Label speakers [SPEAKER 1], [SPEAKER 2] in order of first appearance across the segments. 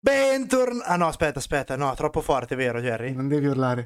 [SPEAKER 1] Ah no, aspetta, no, troppo forte, vero Jerry?
[SPEAKER 2] Non devi urlare.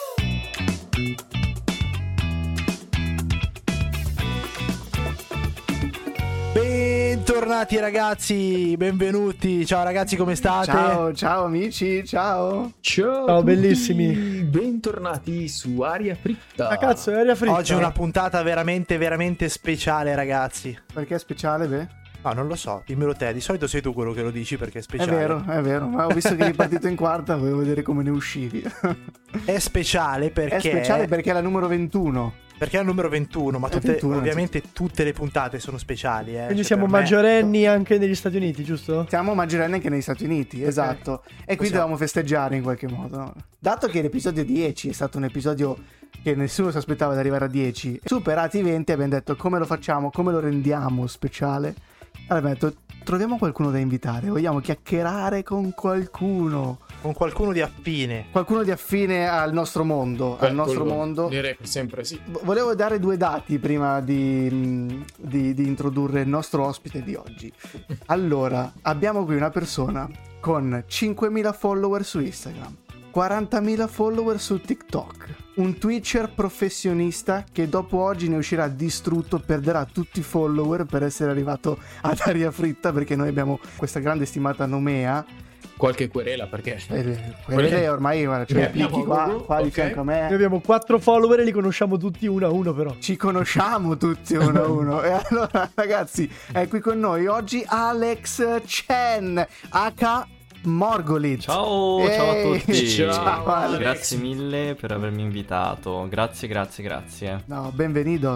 [SPEAKER 1] Bentornati ragazzi, benvenuti. Ciao ragazzi, come state?
[SPEAKER 2] Ciao amici, ciao.
[SPEAKER 3] Ciao
[SPEAKER 4] bellissimi.
[SPEAKER 3] Bentornati su Aria Fritta.
[SPEAKER 4] Ah cazzo, è aria fritta.
[SPEAKER 1] Oggi è una puntata veramente speciale, ragazzi.
[SPEAKER 2] Perché è speciale, beh?
[SPEAKER 1] No, non lo so, dimmelo te. Di solito sei tu quello che lo dici perché è speciale.
[SPEAKER 2] È vero, ma ho visto che eri partito in quarta, volevo vedere come ne uscivi.
[SPEAKER 1] È speciale perché
[SPEAKER 2] è la numero 21.
[SPEAKER 1] Perché è il numero 21, ma
[SPEAKER 2] 21,
[SPEAKER 1] ovviamente tutte le puntate sono speciali.
[SPEAKER 4] Quindi
[SPEAKER 1] cioè,
[SPEAKER 4] siamo
[SPEAKER 1] per me-
[SPEAKER 4] maggiorenni anche negli Stati Uniti, giusto?
[SPEAKER 2] Siamo maggiorenni anche negli Stati Uniti, esatto. E qui dovevamo festeggiare in qualche modo, no? Dato che l'episodio 10 è stato un episodio che nessuno si aspettava di arrivare a 10, superati i 20 abbiamo detto come lo facciamo, come lo rendiamo speciale. Allora abbiamo detto troviamo qualcuno da invitare, vogliamo chiacchierare con qualcuno.
[SPEAKER 1] Con qualcuno di affine.
[SPEAKER 2] Qualcuno di affine al nostro mondo.
[SPEAKER 3] Direi che sempre sì.
[SPEAKER 2] Volevo dare due dati prima di introdurre il nostro ospite di oggi. Allora, abbiamo qui una persona con 5.000 follower su Instagram, 40.000 follower su TikTok, un Twitcher professionista che dopo oggi ne uscirà distrutto, perderà tutti i follower per essere arrivato ad Aria Fritta, perché noi abbiamo questa grande stimata nomea.
[SPEAKER 3] Qualche querela perché
[SPEAKER 2] Quelle ormai guarda, cioè, picchi qua
[SPEAKER 3] okay.
[SPEAKER 2] di fianco a me.
[SPEAKER 4] Noi abbiamo 4 follower e li conosciamo tutti uno a uno, però.
[SPEAKER 2] Ci conosciamo tutti uno a uno. E allora ragazzi, è qui con noi oggi Alex Chen H Morgolit.
[SPEAKER 5] Ciao a tutti.
[SPEAKER 2] Ciao, Alex.
[SPEAKER 5] Grazie mille per avermi invitato. Grazie.
[SPEAKER 2] No, benvenuto.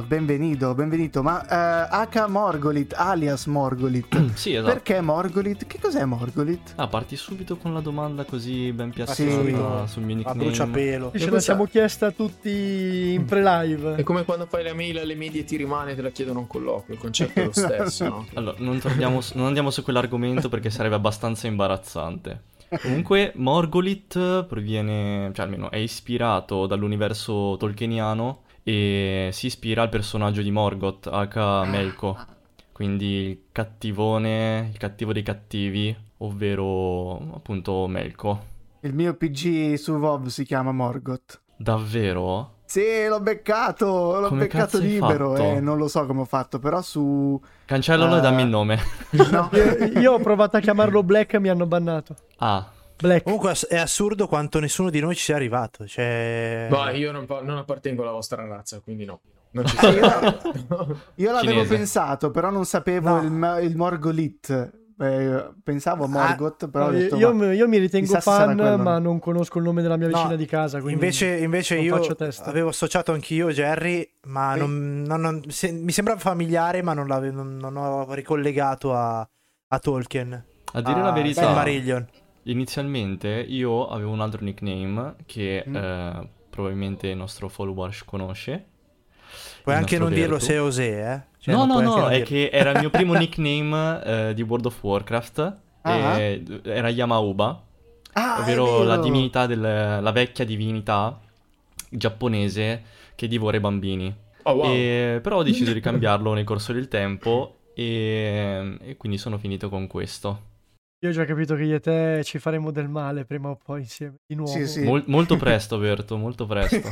[SPEAKER 2] Ma H Morgolit, alias Morgolit.
[SPEAKER 5] Sì, esatto.
[SPEAKER 2] Perché Morgolit? Che cos'è Morgolit?
[SPEAKER 5] Parti subito con la domanda così ben piazzata sul mio
[SPEAKER 1] A
[SPEAKER 5] nickname.
[SPEAKER 1] bruciapelo.
[SPEAKER 4] Ce la siamo chiesta tutti in pre-live.
[SPEAKER 3] è come quando fai la mail alle medie e ti rimane e te la chiedono un colloquio. Il concetto è lo stesso, no?
[SPEAKER 5] Allora, non andiamo su quell'argomento perché sarebbe abbastanza imbarazzante. Comunque Morgolit proviene, cioè almeno è ispirato dall'universo tolkieniano e si ispira al personaggio di Morgoth, aka Melko, quindi il cattivo dei cattivi, ovvero appunto Melko.
[SPEAKER 2] Il mio PG su WoW si chiama Morgoth.
[SPEAKER 5] Davvero?
[SPEAKER 2] Sì, l'ho beccato
[SPEAKER 5] Come cazzo hai
[SPEAKER 2] libero.
[SPEAKER 5] fatto?
[SPEAKER 2] Non lo so come ho fatto, però su...
[SPEAKER 5] Cancellalo e dammi il nome.
[SPEAKER 2] No.
[SPEAKER 4] Io ho provato a chiamarlo Black e mi hanno bannato. Black.
[SPEAKER 1] Comunque è assurdo quanto nessuno di noi ci sia arrivato. Cioè...
[SPEAKER 3] Ma io non appartengo alla vostra razza, quindi no. Non ci
[SPEAKER 2] Io l'avevo
[SPEAKER 5] Cinese.
[SPEAKER 2] pensato, però non sapevo il Morgolit. Pensavo a Morgoth, però ho detto,
[SPEAKER 4] io mi ritengo
[SPEAKER 2] chissà se sarà
[SPEAKER 4] fan,
[SPEAKER 2] quello,
[SPEAKER 4] ma
[SPEAKER 2] no?
[SPEAKER 4] non conosco il nome della mia vicina di casa. Quindi
[SPEAKER 1] Invece
[SPEAKER 4] non
[SPEAKER 1] io
[SPEAKER 4] faccio testa.
[SPEAKER 1] avevo associato anch'io Jerry, ma mi sembrava familiare, ma non ho ricollegato a Tolkien.
[SPEAKER 5] A dire la verità,
[SPEAKER 1] Silmarillion.
[SPEAKER 5] inizialmente io avevo un altro nickname che probabilmente il nostro follower conosce.
[SPEAKER 1] Puoi
[SPEAKER 5] Il
[SPEAKER 1] anche
[SPEAKER 5] nostro
[SPEAKER 1] non dirlo
[SPEAKER 5] Vertu.
[SPEAKER 1] se è Osè, eh? Cioè,
[SPEAKER 5] No,
[SPEAKER 1] non puoi anche non
[SPEAKER 5] è
[SPEAKER 1] dirlo.
[SPEAKER 5] che era il mio primo nickname di World of Warcraft.
[SPEAKER 2] Ah.
[SPEAKER 5] Era Yamauba,
[SPEAKER 2] Ah,
[SPEAKER 5] ovvero
[SPEAKER 2] è
[SPEAKER 5] la
[SPEAKER 2] vero.
[SPEAKER 5] divinità la vecchia divinità giapponese che divora i bambini.
[SPEAKER 3] Oh, wow.
[SPEAKER 5] Però ho deciso di cambiarlo nel corso del tempo e quindi sono finito con questo.
[SPEAKER 4] Io ho già capito che io e te ci faremo del male prima o poi insieme, di nuovo.
[SPEAKER 2] Sì.
[SPEAKER 5] Molto presto, Berto, molto presto.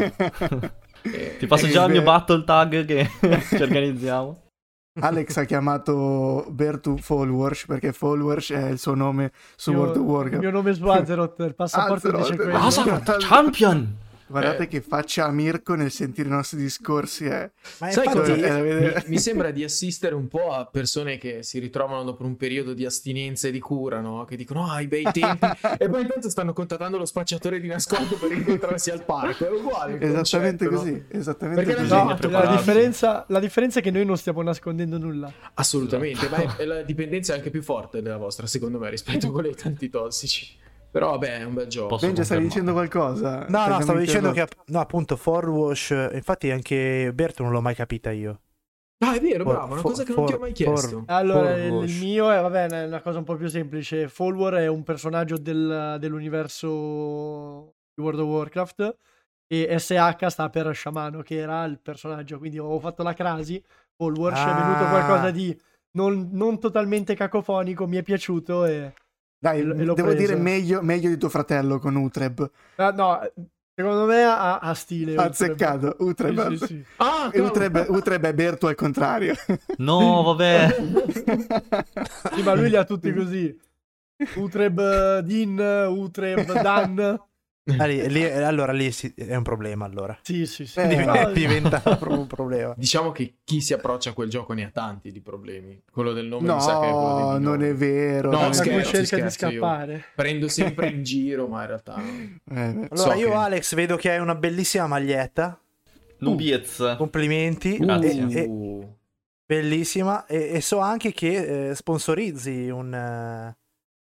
[SPEAKER 5] Ti passo già il mio battle tag che ci organizziamo.
[SPEAKER 2] Alex ha chiamato Bertu Folwarsh perché Folwarsh è il suo nome su World of
[SPEAKER 4] Il
[SPEAKER 2] Warcraft.
[SPEAKER 4] mio nome è su Azeroth, il passaporto
[SPEAKER 2] Azeroth,
[SPEAKER 4] dice quello.
[SPEAKER 2] Azeroth.
[SPEAKER 5] Champion!
[SPEAKER 2] Guardate che faccia a Mirko nel sentire i nostri discorsi.
[SPEAKER 1] Ma
[SPEAKER 3] Sai
[SPEAKER 1] infatti,
[SPEAKER 3] cosa? Mi sembra di assistere un po' a persone che si ritrovano dopo un periodo di astinenza e di cura, no? Che dicono, i bei tempi, e poi intanto stanno contattando lo spacciatore di nascosto per incontrarsi al parco. È uguale il
[SPEAKER 2] Esattamente
[SPEAKER 3] concetto,
[SPEAKER 2] così,
[SPEAKER 3] no?
[SPEAKER 2] esattamente
[SPEAKER 3] Perché
[SPEAKER 2] così.
[SPEAKER 3] la
[SPEAKER 4] No,
[SPEAKER 3] gente
[SPEAKER 4] la
[SPEAKER 5] prepararsi.
[SPEAKER 4] differenza è che noi non stiamo nascondendo nulla.
[SPEAKER 3] Assolutamente, ma la dipendenza è anche più forte della vostra, secondo me, rispetto a quella dei tanti tossici. Però vabbè, è un bel gioco.
[SPEAKER 5] Posso
[SPEAKER 2] Benja, stavi
[SPEAKER 5] confermare.
[SPEAKER 2] dicendo qualcosa?
[SPEAKER 1] no, stavo dicendo che appunto Forwash, infatti anche Berto non l'ho mai capita io.
[SPEAKER 3] Ah, è vero, bravo, una cosa che non ti ho mai chiesto.
[SPEAKER 4] Allora, il
[SPEAKER 1] Forwash.
[SPEAKER 4] mio è, è una cosa un po' più semplice. Folwar è un personaggio dell'universo di World of Warcraft e SH sta per sciamano, che era il personaggio, quindi ho fatto la crasi. Folwar è venuto qualcosa di non totalmente cacofonico, mi è piaciuto e
[SPEAKER 2] Dai,
[SPEAKER 4] E l'ho
[SPEAKER 2] devo
[SPEAKER 4] preso.
[SPEAKER 2] dire meglio di tuo fratello con Utreb.
[SPEAKER 4] Ah, no, secondo me ha stile.
[SPEAKER 2] Azzeccato, Utreb.
[SPEAKER 4] Sì, sì.
[SPEAKER 3] Ah,
[SPEAKER 2] E Utreb è Berto al contrario.
[SPEAKER 5] No, vabbè.
[SPEAKER 4] Sì, ma lui li ha tutti così. Utreb Din, Utreb Dan.
[SPEAKER 1] Allora lì è un problema, allora.
[SPEAKER 4] Sì, sì, sì.
[SPEAKER 2] No,
[SPEAKER 1] Diventa proprio un problema.
[SPEAKER 3] Diciamo che chi si approccia a quel gioco ne ha tanti di problemi. Quello del nome mi sa che è quello
[SPEAKER 2] No,
[SPEAKER 3] dei
[SPEAKER 2] non
[SPEAKER 3] nomi.
[SPEAKER 2] è vero.
[SPEAKER 3] No,
[SPEAKER 2] dai.
[SPEAKER 4] Da
[SPEAKER 3] scherzo,
[SPEAKER 4] cui cerca di
[SPEAKER 3] scherzo, io
[SPEAKER 4] scappare.
[SPEAKER 3] Prendo sempre in giro, ma in realtà...
[SPEAKER 2] Beh.
[SPEAKER 1] Allora,
[SPEAKER 3] So
[SPEAKER 1] io,
[SPEAKER 3] che-
[SPEAKER 1] Alex, vedo che hai una bellissima maglietta.
[SPEAKER 5] Nubiez.
[SPEAKER 1] Complimenti.
[SPEAKER 5] Grazie.
[SPEAKER 1] Bellissima. E so anche che sponsorizzi un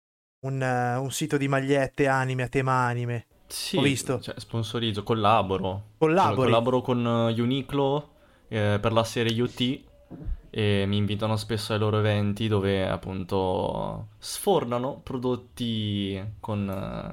[SPEAKER 1] sito di magliette anime a tema anime.
[SPEAKER 5] Sì,
[SPEAKER 1] Ho visto.
[SPEAKER 5] cioè, sponsorizzo, collaboro.
[SPEAKER 1] Collabori.
[SPEAKER 5] Collaboro con Uniqlo per la serie UT e mi invitano spesso ai loro eventi dove appunto sfornano prodotti con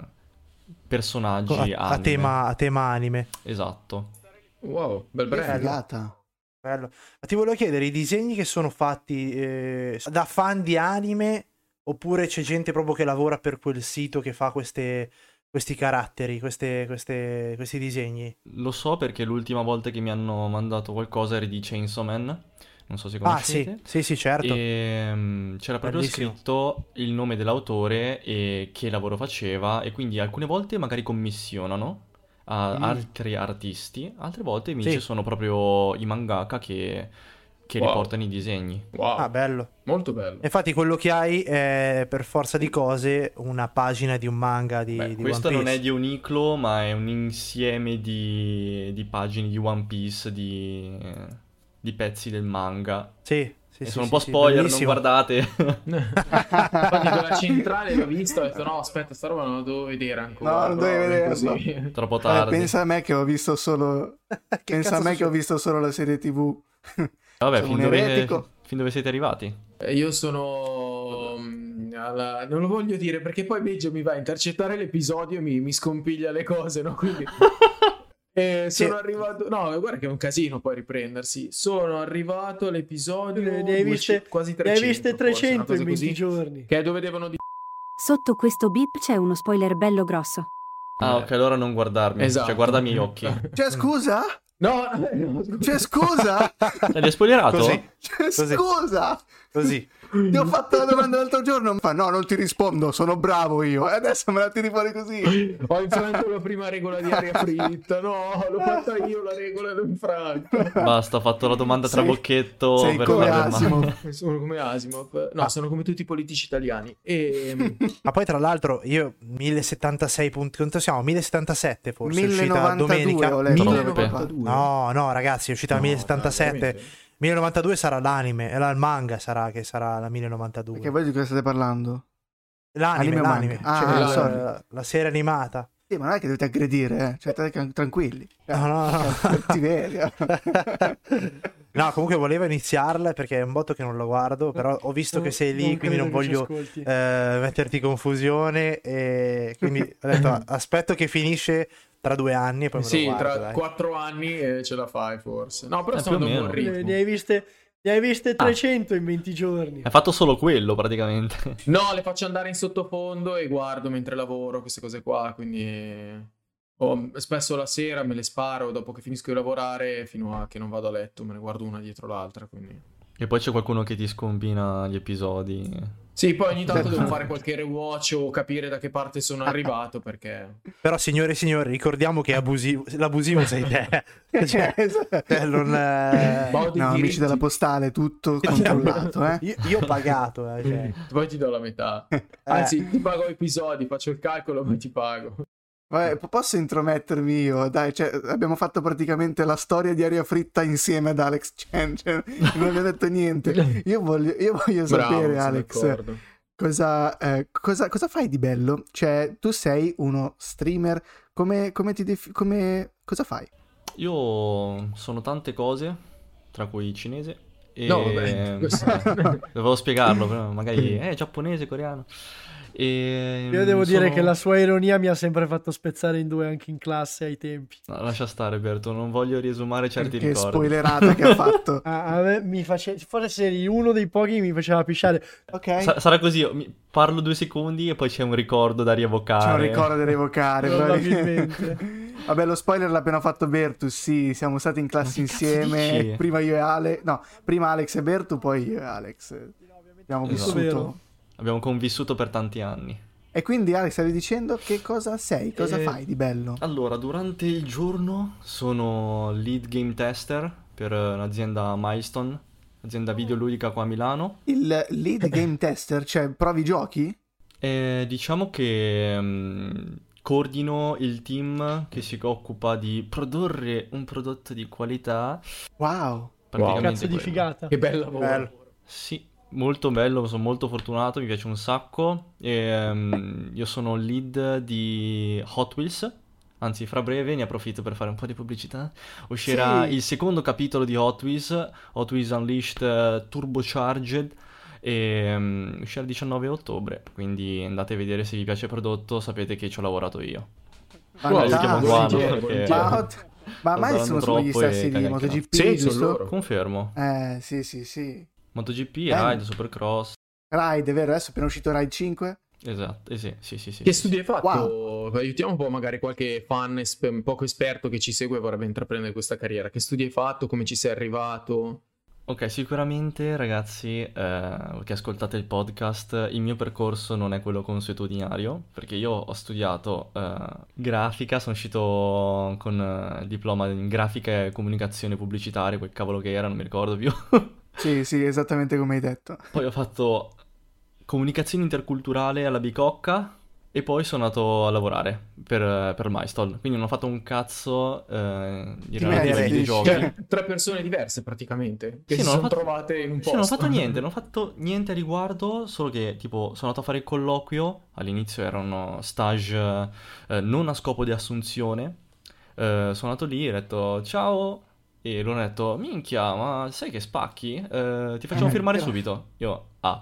[SPEAKER 5] personaggi
[SPEAKER 1] a
[SPEAKER 5] anime.
[SPEAKER 1] tema anime.
[SPEAKER 5] Esatto.
[SPEAKER 3] Wow, bel
[SPEAKER 2] Che
[SPEAKER 3] brand.
[SPEAKER 2] figata.
[SPEAKER 1] Bello. Ma ti volevo chiedere, i disegni che sono fatti da fan di anime oppure c'è gente proprio che lavora per quel sito che fa questi caratteri, questi disegni?
[SPEAKER 5] Lo so perché l'ultima volta che mi hanno mandato qualcosa era di Chainsaw Man, non so se
[SPEAKER 1] Ah, sì,
[SPEAKER 5] conoscete.
[SPEAKER 1] sì, certo.
[SPEAKER 5] E c'era proprio
[SPEAKER 1] Bellissimo.
[SPEAKER 5] scritto il nome dell'autore e che lavoro faceva e quindi alcune volte magari commissionano a altri artisti, altre volte invece
[SPEAKER 1] Sì.
[SPEAKER 5] sono proprio i mangaka che
[SPEAKER 3] Wow.
[SPEAKER 5] riportano i disegni.
[SPEAKER 3] Wow,
[SPEAKER 1] Ah, bello.
[SPEAKER 3] molto bello.
[SPEAKER 1] Infatti quello che hai è per forza di cose una pagina di un manga di,
[SPEAKER 5] Beh,
[SPEAKER 1] di
[SPEAKER 5] questa
[SPEAKER 1] One
[SPEAKER 5] non
[SPEAKER 1] Piece.
[SPEAKER 5] è di Uniqlo, ma è un insieme di pagine di One Piece, di pezzi del manga.
[SPEAKER 1] Sì, sì,
[SPEAKER 5] E
[SPEAKER 1] sì,
[SPEAKER 5] sono un
[SPEAKER 1] sì,
[SPEAKER 5] po'
[SPEAKER 1] sì,
[SPEAKER 5] spoiler, non
[SPEAKER 1] bellissimo.
[SPEAKER 5] guardate.
[SPEAKER 3] Infatti quella centrale l'ho vista e ho detto no, aspetta, sta roba non la devo vedere ancora.
[SPEAKER 2] No, non devi
[SPEAKER 3] però è
[SPEAKER 2] vederla.
[SPEAKER 3] così.
[SPEAKER 5] Troppo tardi.
[SPEAKER 2] Pensa a me che ho visto solo.
[SPEAKER 1] Che
[SPEAKER 2] Pensa a
[SPEAKER 1] cazzo
[SPEAKER 2] me che ho
[SPEAKER 1] succede?
[SPEAKER 2] visto solo la serie TV.
[SPEAKER 5] Vabbè,
[SPEAKER 2] Sono un eretico.
[SPEAKER 5] fin dove siete arrivati?
[SPEAKER 3] Io sono non lo voglio dire perché poi Biggio mi va a intercettare l'episodio e mi scompiglia le cose, no? Quindi sono arrivato. No, guarda che è un casino poi riprendersi. Sono arrivato all'episodio.
[SPEAKER 4] Ne hai viste,
[SPEAKER 3] quasi
[SPEAKER 4] ne hai
[SPEAKER 3] 300.
[SPEAKER 4] viste
[SPEAKER 3] forse, una
[SPEAKER 4] 300
[SPEAKER 3] cosa
[SPEAKER 4] in 20
[SPEAKER 3] così,
[SPEAKER 4] giorni.
[SPEAKER 3] che è dove devono dire.
[SPEAKER 6] Sotto questo beep c'è uno spoiler bello grosso.
[SPEAKER 5] Ah, ok, allora non guardarmi.
[SPEAKER 3] Esatto.
[SPEAKER 5] Cioè, guarda i miei occhi.
[SPEAKER 2] Cioè, scusa?
[SPEAKER 3] No, scusa.
[SPEAKER 2] Cioè, scusa?
[SPEAKER 5] L'hai spoilerato?
[SPEAKER 1] Così,
[SPEAKER 2] Cioè,
[SPEAKER 1] Così.
[SPEAKER 2] scusa?
[SPEAKER 1] così.
[SPEAKER 2] Ti ho fatto la domanda l'altro giorno. Fa, no, non ti rispondo, sono bravo io. E adesso me la tiri fuori così.
[SPEAKER 3] Ho infranto la prima regola di aria fritta. No, l'ho fatta io la regola l'ho infranta.
[SPEAKER 5] Basta, ho fatto la domanda tra
[SPEAKER 2] Sei-
[SPEAKER 5] bocchetto
[SPEAKER 2] sei
[SPEAKER 5] per
[SPEAKER 2] come
[SPEAKER 5] farle male.
[SPEAKER 2] Asimov.
[SPEAKER 3] Sono come Asimov. No, sono come tutti i politici italiani. E
[SPEAKER 1] Ma poi tra l'altro io 1076 punti, quanto siamo? 1077 forse, è uscita
[SPEAKER 2] 1092
[SPEAKER 1] domenica.
[SPEAKER 2] ho letto.
[SPEAKER 5] Troppe.
[SPEAKER 3] 1092.
[SPEAKER 1] No, ragazzi, è uscita la
[SPEAKER 3] No,
[SPEAKER 1] 1077.
[SPEAKER 3] dai, veramente.
[SPEAKER 1] 1092 sarà l'anime, e il manga sarà che sarà la 1092.
[SPEAKER 2] Perché voi di cosa state parlando?
[SPEAKER 1] L'anime,
[SPEAKER 2] Anime o
[SPEAKER 1] l'anime,
[SPEAKER 2] manga?
[SPEAKER 1] cioè,
[SPEAKER 2] Ah,
[SPEAKER 1] la-
[SPEAKER 2] sorry.
[SPEAKER 1] la serie animata.
[SPEAKER 2] Sì, ma non è che dovete aggredire, Cioè, state tranquilli.
[SPEAKER 1] No, no, no.
[SPEAKER 2] Ti vedi.
[SPEAKER 1] No, comunque volevo iniziarla perché è un botto che non lo guardo, però ho visto che sei lì, quindi non
[SPEAKER 4] credo che ci
[SPEAKER 1] voglio
[SPEAKER 4] ascolti.
[SPEAKER 1] metterti in confusione e quindi ho detto aspetto che finisce tra 2 anni e poi me lo
[SPEAKER 3] Sì,
[SPEAKER 1] guardo,
[SPEAKER 3] tra
[SPEAKER 1] dai.
[SPEAKER 3] 4 anni ce la fai forse. No, però
[SPEAKER 5] Più
[SPEAKER 3] sono
[SPEAKER 5] o
[SPEAKER 3] da un
[SPEAKER 5] meno.
[SPEAKER 3] buon ritmo.
[SPEAKER 4] Ne hai viste 300 in 20 giorni.
[SPEAKER 5] Hai fatto solo quello, praticamente.
[SPEAKER 3] No, le faccio andare in sottofondo e guardo mentre lavoro, queste cose qua, quindi spesso la sera me le sparo dopo che finisco di lavorare fino a che non vado a letto, me ne guardo una dietro l'altra, quindi...
[SPEAKER 5] E poi c'è qualcuno che ti scombina gli episodi.
[SPEAKER 3] Sì, poi ogni tanto devo fare qualche rewatch o capire da che parte sono arrivato, perché...
[SPEAKER 1] Però signore e signori, ricordiamo che l'abusivo sei te. Cioè, non,
[SPEAKER 3] Ho dei
[SPEAKER 2] No, amici
[SPEAKER 3] diritti.
[SPEAKER 2] della postale, tutto controllato, eh.
[SPEAKER 1] io ho pagato, cioè.
[SPEAKER 3] Poi ti do la metà. Anzi, ti pago episodi, faccio il calcolo, poi ti pago.
[SPEAKER 2] Vabbè, posso intromettermi io? Dai, cioè, abbiamo fatto praticamente la storia di Aria Fritta insieme ad Alex Chen, cioè, non abbiamo detto niente. Io voglio
[SPEAKER 3] Bravo,
[SPEAKER 2] sapere,
[SPEAKER 3] sono
[SPEAKER 2] Alex,
[SPEAKER 3] d'accordo.
[SPEAKER 2] cosa fai di bello? Cioè, tu sei uno streamer, cosa fai?
[SPEAKER 5] Io sono tante cose, tra cui cinese. E...
[SPEAKER 3] No, vabbè, questo-
[SPEAKER 5] Dovevo spiegarlo, però magari giapponese, coreano. E
[SPEAKER 4] Io devo dire
[SPEAKER 5] sono-
[SPEAKER 4] che la sua ironia mi ha sempre fatto spezzare in due anche in classe ai tempi.
[SPEAKER 5] No, lascia stare, Berto, non voglio riesumare certi
[SPEAKER 2] Che
[SPEAKER 5] ricordi.
[SPEAKER 2] spoilerata che ha fatto.
[SPEAKER 4] A me mi face... Forse eri uno dei pochi che mi faceva pisciare.
[SPEAKER 2] Ok.
[SPEAKER 5] Sarà così, io parlo 2 secondi e poi c'è un ricordo da rievocare.
[SPEAKER 2] C'è un ricordo da rievocare.
[SPEAKER 4] Probabilmente.
[SPEAKER 2] Vabbè, lo spoiler l'ha appena fatto Bertus. Sì, siamo stati in classe
[SPEAKER 5] Ma che cazzo
[SPEAKER 2] insieme.
[SPEAKER 5] dici?
[SPEAKER 2] Prima io e Alex. No, prima Alex e Bertu, poi io e Alex. Abbiamo
[SPEAKER 5] Esatto.
[SPEAKER 2] vissuto.
[SPEAKER 4] Vero.
[SPEAKER 5] Abbiamo convissuto per tanti anni.
[SPEAKER 2] E quindi Alex, stavi dicendo che cosa sei? Cosa
[SPEAKER 5] Eh,
[SPEAKER 2] fai di bello?
[SPEAKER 5] Allora, durante il giorno sono lead game tester per l'azienda Milestone, azienda videoludica qua a Milano.
[SPEAKER 2] Il lead game tester, cioè provi giochi?
[SPEAKER 5] E diciamo che coordino il team che si occupa di produrre un prodotto di qualità.
[SPEAKER 2] Wow.
[SPEAKER 5] Praticamente
[SPEAKER 4] Cazzo di
[SPEAKER 5] quello.
[SPEAKER 4] figata.
[SPEAKER 3] Che bel lavoro.
[SPEAKER 2] Bello.
[SPEAKER 5] Sì, molto bello, sono molto fortunato, mi piace un sacco. Io sono lead di Hot Wheels, anzi fra breve ne approfitto per fare un po' di pubblicità. Uscirà
[SPEAKER 2] Sì.
[SPEAKER 5] il secondo capitolo di Hot Wheels Unleashed Turbocharged, e uscirà il 19 ottobre, quindi andate a vedere se vi piace il prodotto, sapete che ci ho lavorato io.
[SPEAKER 2] Fantastico.
[SPEAKER 5] volentieri,
[SPEAKER 3] volentieri.
[SPEAKER 2] Ma
[SPEAKER 5] Sto
[SPEAKER 2] mai sono
[SPEAKER 5] parlando
[SPEAKER 2] gli
[SPEAKER 5] troppo e
[SPEAKER 2] stessi di
[SPEAKER 5] caga il
[SPEAKER 2] MotoGP,
[SPEAKER 3] Sì, sono
[SPEAKER 2] giusto?
[SPEAKER 3] loro.
[SPEAKER 5] Confermo.
[SPEAKER 2] Sì, sì, sì.
[SPEAKER 5] MotoGP,
[SPEAKER 2] Bello.
[SPEAKER 5] Ride, Supercross.
[SPEAKER 2] Ride, è vero? Adesso è appena uscito Ride 5.
[SPEAKER 5] Esatto, sì.
[SPEAKER 3] Che studi hai fatto?
[SPEAKER 2] Wow.
[SPEAKER 3] Aiutiamo un po' magari qualche fan poco esperto che ci segue e vorrebbe intraprendere questa carriera. Che studi hai fatto? Come ci sei arrivato?
[SPEAKER 5] Ok, sicuramente ragazzi, che ascoltate il podcast, il mio percorso non è quello consuetudinario, perché io ho studiato grafica, sono uscito con il diploma in grafica e comunicazione pubblicitaria, quel cavolo che era, non mi ricordo più.
[SPEAKER 2] Sì, sì, esattamente come hai detto.
[SPEAKER 5] Poi ho fatto comunicazione interculturale alla Bicocca e poi sono andato a lavorare per Milestone, quindi non ho fatto un cazzo di relativo ai
[SPEAKER 2] meriti.
[SPEAKER 5] videogiochi.
[SPEAKER 3] Cioè, 3 persone diverse praticamente che
[SPEAKER 5] Sì,
[SPEAKER 3] si
[SPEAKER 5] non ho
[SPEAKER 3] sono
[SPEAKER 5] fatto-
[SPEAKER 3] trovate in un
[SPEAKER 5] Sì,
[SPEAKER 3] posto.
[SPEAKER 5] non ho fatto niente, non ho fatto niente a riguardo, solo che tipo sono andato a fare il colloquio, all'inizio era uno stage non a scopo di assunzione, sono andato lì e ho detto ciao e loro hanno detto minchia, ma sai che spacchi? Ti facciamo firmare
[SPEAKER 2] però-
[SPEAKER 5] subito. Io, ah.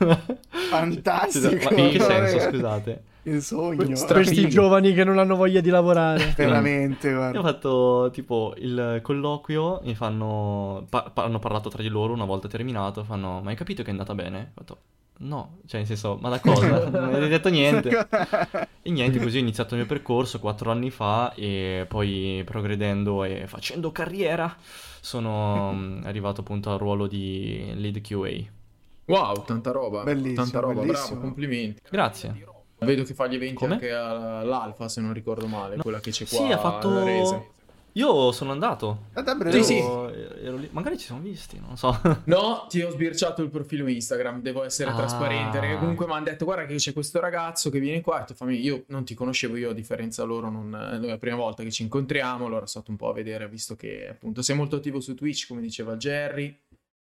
[SPEAKER 2] Fantastico.
[SPEAKER 5] Ma in che senso,
[SPEAKER 2] Raga.
[SPEAKER 5] scusate?
[SPEAKER 2] Il sogno.
[SPEAKER 4] Questi giovani che non hanno voglia di lavorare.
[SPEAKER 2] Veramente,
[SPEAKER 5] Io ho
[SPEAKER 2] guarda.
[SPEAKER 5] fatto tipo il colloquio, mi fanno, hanno parlato tra di loro una volta terminato, fanno, ma hai capito che è andata bene? Ho fatto, no, cioè nel senso, ma da cosa? Non mi avete detto niente. E niente, così ho iniziato il mio percorso 4 anni fa e poi progredendo e facendo carriera sono arrivato appunto al ruolo di lead QA.
[SPEAKER 3] Wow, tanta roba.
[SPEAKER 2] Bellissimo,
[SPEAKER 3] Tanta roba,
[SPEAKER 2] bellissimo.
[SPEAKER 3] bravo, complimenti.
[SPEAKER 5] Grazie.
[SPEAKER 3] Vedo che fa gli eventi
[SPEAKER 5] Come?
[SPEAKER 3] anche all'Alfa, se non ricordo male, quella che c'è qua
[SPEAKER 5] Sì, ha
[SPEAKER 3] a
[SPEAKER 5] fatto...
[SPEAKER 3] Arese.
[SPEAKER 5] Io sono andato.
[SPEAKER 2] Davvero?
[SPEAKER 3] Sì, sì.
[SPEAKER 5] Ero lì. Magari ci siamo visti, non so.
[SPEAKER 3] No, ti ho sbirciato il profilo Instagram, devo essere
[SPEAKER 5] Ah.
[SPEAKER 3] trasparente, perché comunque mi hanno detto guarda che c'è questo ragazzo che viene qua, e ho detto, fammi, io non ti conoscevo, io a differenza loro, non, è la prima volta che ci incontriamo, allora sono stato un po' a vedere, visto che appunto sei molto attivo su Twitch, come diceva Jerry,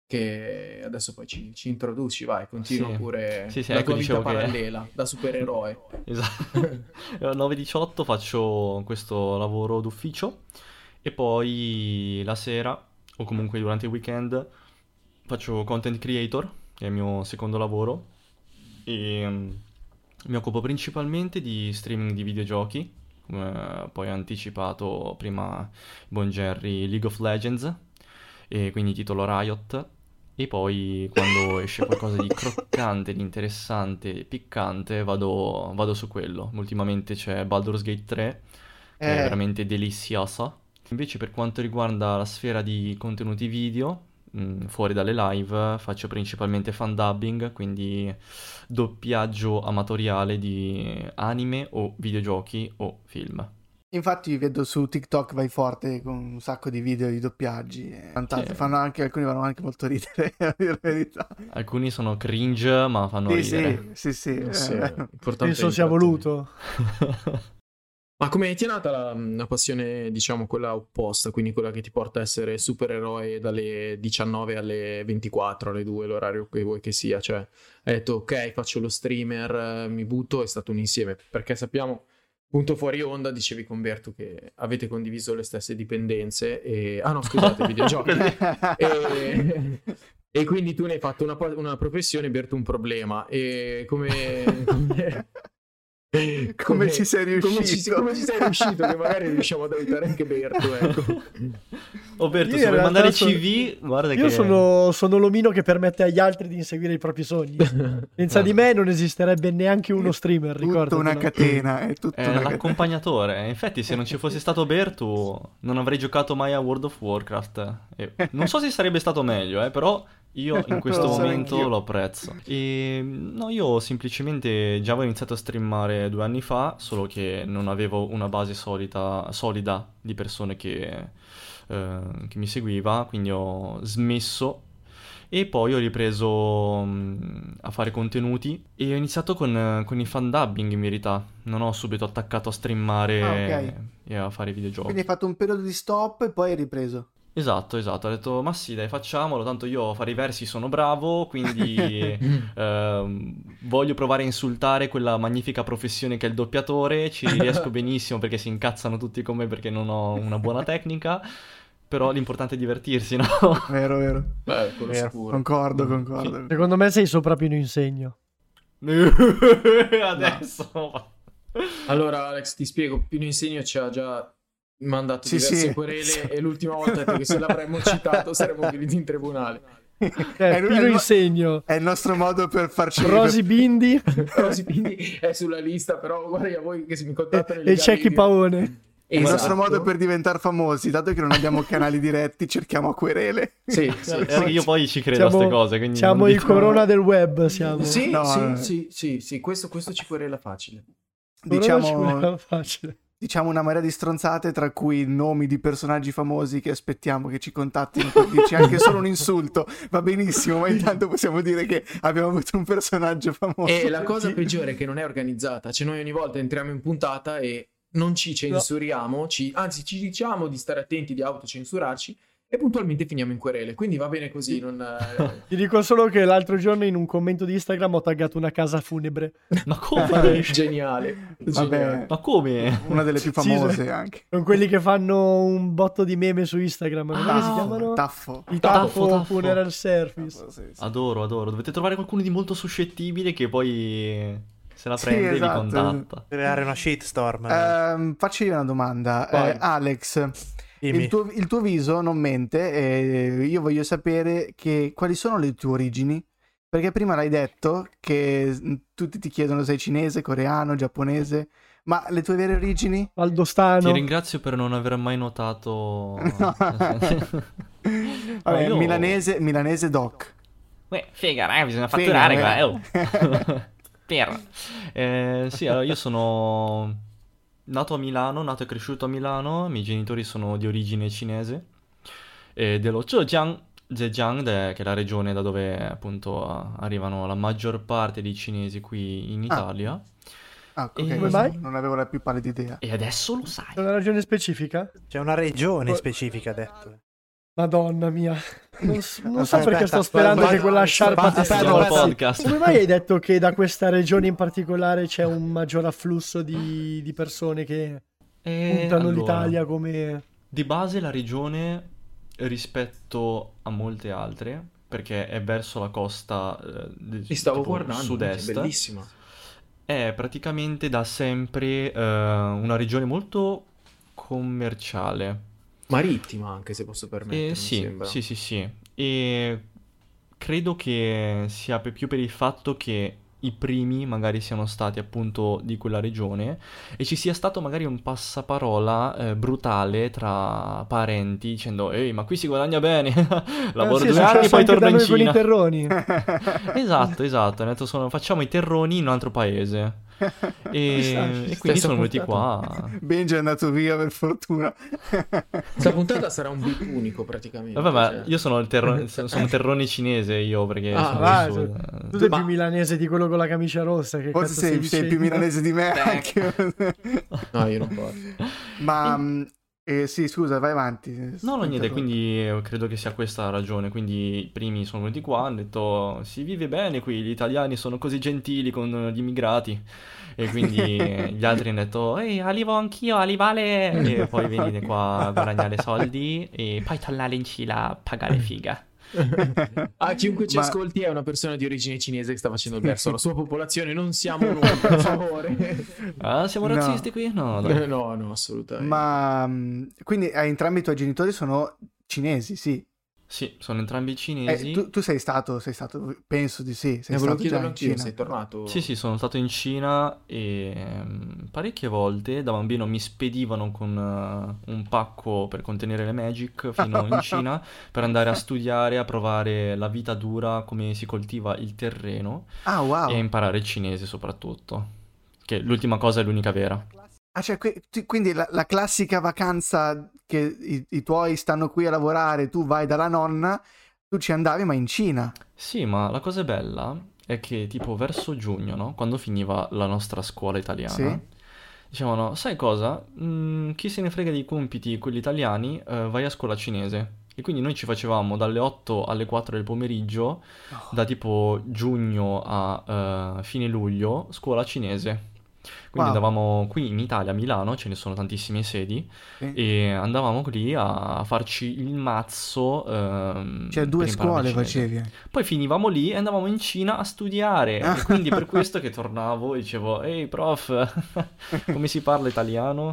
[SPEAKER 3] che adesso poi ci introduci, vai, continua
[SPEAKER 5] Sì.
[SPEAKER 3] pure
[SPEAKER 5] Sì,
[SPEAKER 3] la
[SPEAKER 5] ecco,
[SPEAKER 3] tua vita
[SPEAKER 5] dicevo che-
[SPEAKER 3] parallela, da supereroe.
[SPEAKER 5] Esatto. Alle 9:18 faccio questo lavoro d'ufficio e poi la sera o comunque durante il weekend faccio content creator, che è il mio secondo lavoro e mi occupo principalmente di streaming di videogiochi, come poi ha anticipato prima il buon Jerry, League of Legends, e quindi titolo Riot. E poi quando esce qualcosa di croccante, di interessante, piccante, vado su quello. Ultimamente c'è Baldur's Gate 3, che è veramente deliziosa. Invece per quanto riguarda la sfera di contenuti video, fuori dalle live, faccio principalmente fan dubbing, quindi doppiaggio amatoriale di anime o videogiochi o film.
[SPEAKER 2] Infatti vedo su TikTok vai forte con un sacco di video di doppiaggi. Fantastico.
[SPEAKER 5] Sì.
[SPEAKER 2] Fanno anche, alcuni fanno anche molto ridere, a dire la verità.
[SPEAKER 5] Alcuni sono cringe, ma fanno
[SPEAKER 2] Sì,
[SPEAKER 5] ridere.
[SPEAKER 2] sì, sì, sì.
[SPEAKER 3] Sì, importante
[SPEAKER 4] Penso sia voluto.
[SPEAKER 3] Ma come ti è nata la passione, diciamo, quella opposta, quindi quella che ti porta a essere supereroe dalle 19 alle 24, alle 2, l'orario che vuoi che sia? Cioè, hai detto, ok, faccio lo streamer, mi butto, è stato un insieme, perché sappiamo, punto fuori onda, dicevi con Berto che avete condiviso le stesse dipendenze e... Ah no, scusate, videogiochi. E quindi tu ne hai fatto una professione, Berto, un problema. E come
[SPEAKER 2] ci sei riuscito?
[SPEAKER 3] Come ci sei riuscito? Che magari riusciamo ad aiutare anche Berto, ecco.
[SPEAKER 5] Berto,
[SPEAKER 4] Io
[SPEAKER 5] se
[SPEAKER 4] in
[SPEAKER 5] vuoi mandare
[SPEAKER 4] realtà
[SPEAKER 5] CV, guarda
[SPEAKER 4] Io
[SPEAKER 5] che...
[SPEAKER 4] sono l'omino che permette agli altri di inseguire i propri sogni. Senza di me non esisterebbe neanche uno streamer,
[SPEAKER 2] Tutta
[SPEAKER 4] ricordatelo.
[SPEAKER 2] una catena, è tutta una catena.
[SPEAKER 5] L'accompagnatore. Infatti, se non ci fosse stato Bertu, non avrei giocato mai a World of Warcraft. E non so se sarebbe stato meglio, però io in questo
[SPEAKER 2] Lo so
[SPEAKER 5] momento
[SPEAKER 2] anch'io.
[SPEAKER 5] lo apprezzo. E no, io semplicemente già avevo iniziato a streamare 2 anni fa, solo che non avevo una base solida di persone che mi seguiva, quindi ho smesso. E poi ho ripreso a fare contenuti e ho iniziato con il fan dubbing in verità. Non ho subito attaccato a streamare
[SPEAKER 2] Ok.
[SPEAKER 5] e a fare videogiochi.
[SPEAKER 2] Quindi hai fatto un periodo di stop e poi hai ripreso.
[SPEAKER 5] Esatto, ho detto ma sì dai facciamolo, tanto io a fare i versi sono bravo, quindi voglio provare a insultare quella magnifica professione che è il doppiatore, ci riesco benissimo perché si incazzano tutti con me perché non ho una buona tecnica. Però l'importante è divertirsi, no?
[SPEAKER 2] Vero.
[SPEAKER 3] Beh, quello
[SPEAKER 1] Vero.
[SPEAKER 3] sicuro.
[SPEAKER 2] Concordo.
[SPEAKER 4] Secondo me sei sopra Pino Insegno.
[SPEAKER 5] Adesso.
[SPEAKER 3] Allora, Alex, ti spiego. Pino Insegno ci ha già mandato
[SPEAKER 2] Sì,
[SPEAKER 3] diverse
[SPEAKER 2] sì.
[SPEAKER 3] querele e l'ultima volta ha detto che se l'avremmo citato saremmo finiti in tribunale.
[SPEAKER 4] Pino Insegno,
[SPEAKER 2] È il nostro modo per farci...
[SPEAKER 4] Rosy Bindi
[SPEAKER 3] Rosy Bindi è sulla lista, però guarda a voi che se mi contattano
[SPEAKER 4] e Cecchi Paone.
[SPEAKER 2] Il
[SPEAKER 3] Esatto.
[SPEAKER 2] nostro modo per diventare famosi, dato che non abbiamo canali diretti, cerchiamo a querele.
[SPEAKER 3] Sì,
[SPEAKER 5] Io poi ci credo a queste cose, quindi
[SPEAKER 4] Siamo
[SPEAKER 5] non
[SPEAKER 4] il
[SPEAKER 5] dico-
[SPEAKER 4] corona del web, siamo.
[SPEAKER 3] sì,
[SPEAKER 2] No,
[SPEAKER 3] sì, questo ci querela facile.
[SPEAKER 4] Corona ci
[SPEAKER 2] Diciamo,
[SPEAKER 4] voleva facile.
[SPEAKER 2] diciamo una marea di stronzate, tra cui nomi di personaggi famosi che aspettiamo che ci contattino per dirci anche solo un insulto. Va benissimo, ma intanto possiamo dire che abbiamo avuto un personaggio famoso.
[SPEAKER 3] E la cosa peggiore è che non è organizzata, cioè noi ogni volta entriamo in puntata e non ci censuriamo, anzi ci diciamo di stare attenti, di autocensurarci e puntualmente finiamo in querele, quindi va bene così.
[SPEAKER 4] Ti dico solo che l'altro giorno in un commento di Instagram ho taggato una casa funebre.
[SPEAKER 5] Ma come?
[SPEAKER 3] Geniale.
[SPEAKER 2] Vabbè,
[SPEAKER 5] Ma come?
[SPEAKER 2] una delle più famose anche.
[SPEAKER 4] Con quelli che fanno un botto di meme su Instagram. Come si chiamano?
[SPEAKER 2] Taffo.
[SPEAKER 4] I
[SPEAKER 5] Taffo.
[SPEAKER 4] Taffo Funeral Service.
[SPEAKER 2] Sì, sì.
[SPEAKER 5] Adoro. Dovete trovare qualcuno di molto suscettibile che poi se la
[SPEAKER 2] Sì,
[SPEAKER 5] prende e vi
[SPEAKER 2] esatto.
[SPEAKER 5] contatta.
[SPEAKER 1] Creare una shitstorm.
[SPEAKER 2] Faccio io una domanda.
[SPEAKER 3] Vai.
[SPEAKER 2] Alex,
[SPEAKER 1] Dimmi.
[SPEAKER 2] il tuo viso non mente e io voglio sapere quali sono le tue origini, perché prima l'hai detto che tutti ti chiedono se sei cinese, coreano, giapponese, ma le tue vere origini?
[SPEAKER 5] Ti
[SPEAKER 4] Valdostano.
[SPEAKER 5] ringrazio per non aver mai notato...
[SPEAKER 2] Vabbè,
[SPEAKER 5] io-
[SPEAKER 2] milanese doc.
[SPEAKER 5] Figa, raga, bisogna
[SPEAKER 2] Figa,
[SPEAKER 5] fatturare qua. Oh. Sì, allora io sono nato a Milano, nato e cresciuto a Milano, i miei genitori sono di origine cinese, dello Zhejiang, che è la regione da dove appunto arrivano la maggior parte dei cinesi qui in Italia.
[SPEAKER 2] Ah, ok,
[SPEAKER 5] Come
[SPEAKER 2] questo
[SPEAKER 4] mai?
[SPEAKER 2] non avevo la più pallida idea.
[SPEAKER 5] E adesso lo sai.
[SPEAKER 4] C'è una ragione specifica?
[SPEAKER 1] C'è una regione specifica, detto.
[SPEAKER 4] Madonna mia. Non so
[SPEAKER 2] Aspetta,
[SPEAKER 4] perché sto sperando che quella sciarpa
[SPEAKER 1] aspetta,
[SPEAKER 4] ti
[SPEAKER 1] aspetta.
[SPEAKER 5] il podcast.
[SPEAKER 4] Come mai hai detto che da questa regione in particolare c'è un maggior afflusso di persone che puntano
[SPEAKER 5] Allora,
[SPEAKER 4] l'Italia come...
[SPEAKER 5] di base la regione rispetto a molte altre, perché è verso la costa
[SPEAKER 3] Ti stavo
[SPEAKER 5] tipo
[SPEAKER 3] guardando,
[SPEAKER 5] sud-est,
[SPEAKER 3] è bellissima.
[SPEAKER 5] è praticamente da sempre una regione molto commerciale.
[SPEAKER 3] Marittima anche, se posso permettermi, mi
[SPEAKER 5] Sì,
[SPEAKER 3] sembra.
[SPEAKER 5] sì. E credo che sia più per il fatto che i primi magari siano stati appunto di quella regione e ci sia stato magari un passaparola brutale tra parenti dicendo ehi, ma qui si guadagna bene, lavoro
[SPEAKER 4] sì, è
[SPEAKER 5] 2 anni e
[SPEAKER 4] successo
[SPEAKER 5] poi
[SPEAKER 4] anche
[SPEAKER 5] torno
[SPEAKER 4] da
[SPEAKER 5] in
[SPEAKER 4] noi con i
[SPEAKER 5] Cina.
[SPEAKER 4] terroni.
[SPEAKER 5] Esatto, hanno detto facciamo i terroni in un altro paese e quindi sono venuti qua.
[SPEAKER 2] Benji è andato via per fortuna.
[SPEAKER 3] Questa puntata sarà un beat unico praticamente.
[SPEAKER 5] Vabbè, ma
[SPEAKER 3] cioè.
[SPEAKER 5] io sono sono terrone cinese io perché
[SPEAKER 3] Ah,
[SPEAKER 5] sono
[SPEAKER 4] vai,
[SPEAKER 5] del sud.
[SPEAKER 4] Tu sei
[SPEAKER 3] Ma-
[SPEAKER 4] più milanese di quello con la camicia rossa. Che
[SPEAKER 2] Forse
[SPEAKER 4] cazzo
[SPEAKER 2] sei
[SPEAKER 4] dicendo?
[SPEAKER 2] più milanese di me anche.
[SPEAKER 3] No, io non posso.
[SPEAKER 2] Ma sì, scusa, vai avanti.
[SPEAKER 5] No, niente, quindi credo che sia questa la ragione. Quindi i primi sono venuti qua, hanno detto si vive bene qui, gli italiani sono così gentili con gli immigrati. E quindi gli altri hanno detto ehi, arrivo anch'io, arrivale. E poi venite qua a guadagnare soldi e poi tornare in Cina a pagare figa.
[SPEAKER 3] A chiunque ci
[SPEAKER 2] Ma-
[SPEAKER 3] ascolti è una persona di origine cinese che sta facendo il verso alla sua popolazione, non siamo noi, per favore.
[SPEAKER 5] Ah, siamo
[SPEAKER 2] No.
[SPEAKER 5] razzisti qui? No, dai.
[SPEAKER 3] No, assolutamente.
[SPEAKER 2] Ma quindi entrambi i tuoi genitori sono cinesi, sì.
[SPEAKER 5] Sì, sono entrambi cinesi.
[SPEAKER 2] Tu sei stato, penso di sì, sei
[SPEAKER 3] volevo
[SPEAKER 2] stato già
[SPEAKER 3] chiederlo
[SPEAKER 2] in
[SPEAKER 3] anch'io,
[SPEAKER 2] Cina.
[SPEAKER 3] sei tornato?
[SPEAKER 5] Sì, sono stato in Cina e parecchie volte da bambino mi spedivano con un pacco per contenere le Magic fino in Cina per andare a studiare, a provare la vita dura, come si coltiva il terreno
[SPEAKER 2] Ah, wow.
[SPEAKER 5] e imparare il cinese soprattutto, che l'ultima cosa è l'unica vera.
[SPEAKER 2] Ah, cioè, quindi la classica vacanza che i tuoi stanno qui a lavorare, tu vai dalla nonna, tu ci andavi ma in Cina.
[SPEAKER 5] Sì, ma la cosa bella è che tipo verso giugno, no? Quando finiva la nostra scuola italiana,
[SPEAKER 2] Sì.
[SPEAKER 5] dicevano, sai cosa? Chi se ne frega dei compiti, quelli italiani, vai a scuola cinese. E quindi noi ci facevamo dalle 8 alle 4 del pomeriggio, da tipo giugno a fine luglio, scuola cinese. Quindi
[SPEAKER 2] Wow.
[SPEAKER 5] andavamo qui in Italia, a Milano, ce ne sono tantissime sedi,
[SPEAKER 2] Sì.
[SPEAKER 5] e andavamo lì a farci il mazzo.
[SPEAKER 2] Cioè, 2
[SPEAKER 5] per imparare
[SPEAKER 2] scuole
[SPEAKER 5] il cinese.
[SPEAKER 2] facevi.
[SPEAKER 5] Poi finivamo lì e andavamo in Cina a studiare. E quindi per questo che tornavo e dicevo, ehi prof, come si parla italiano?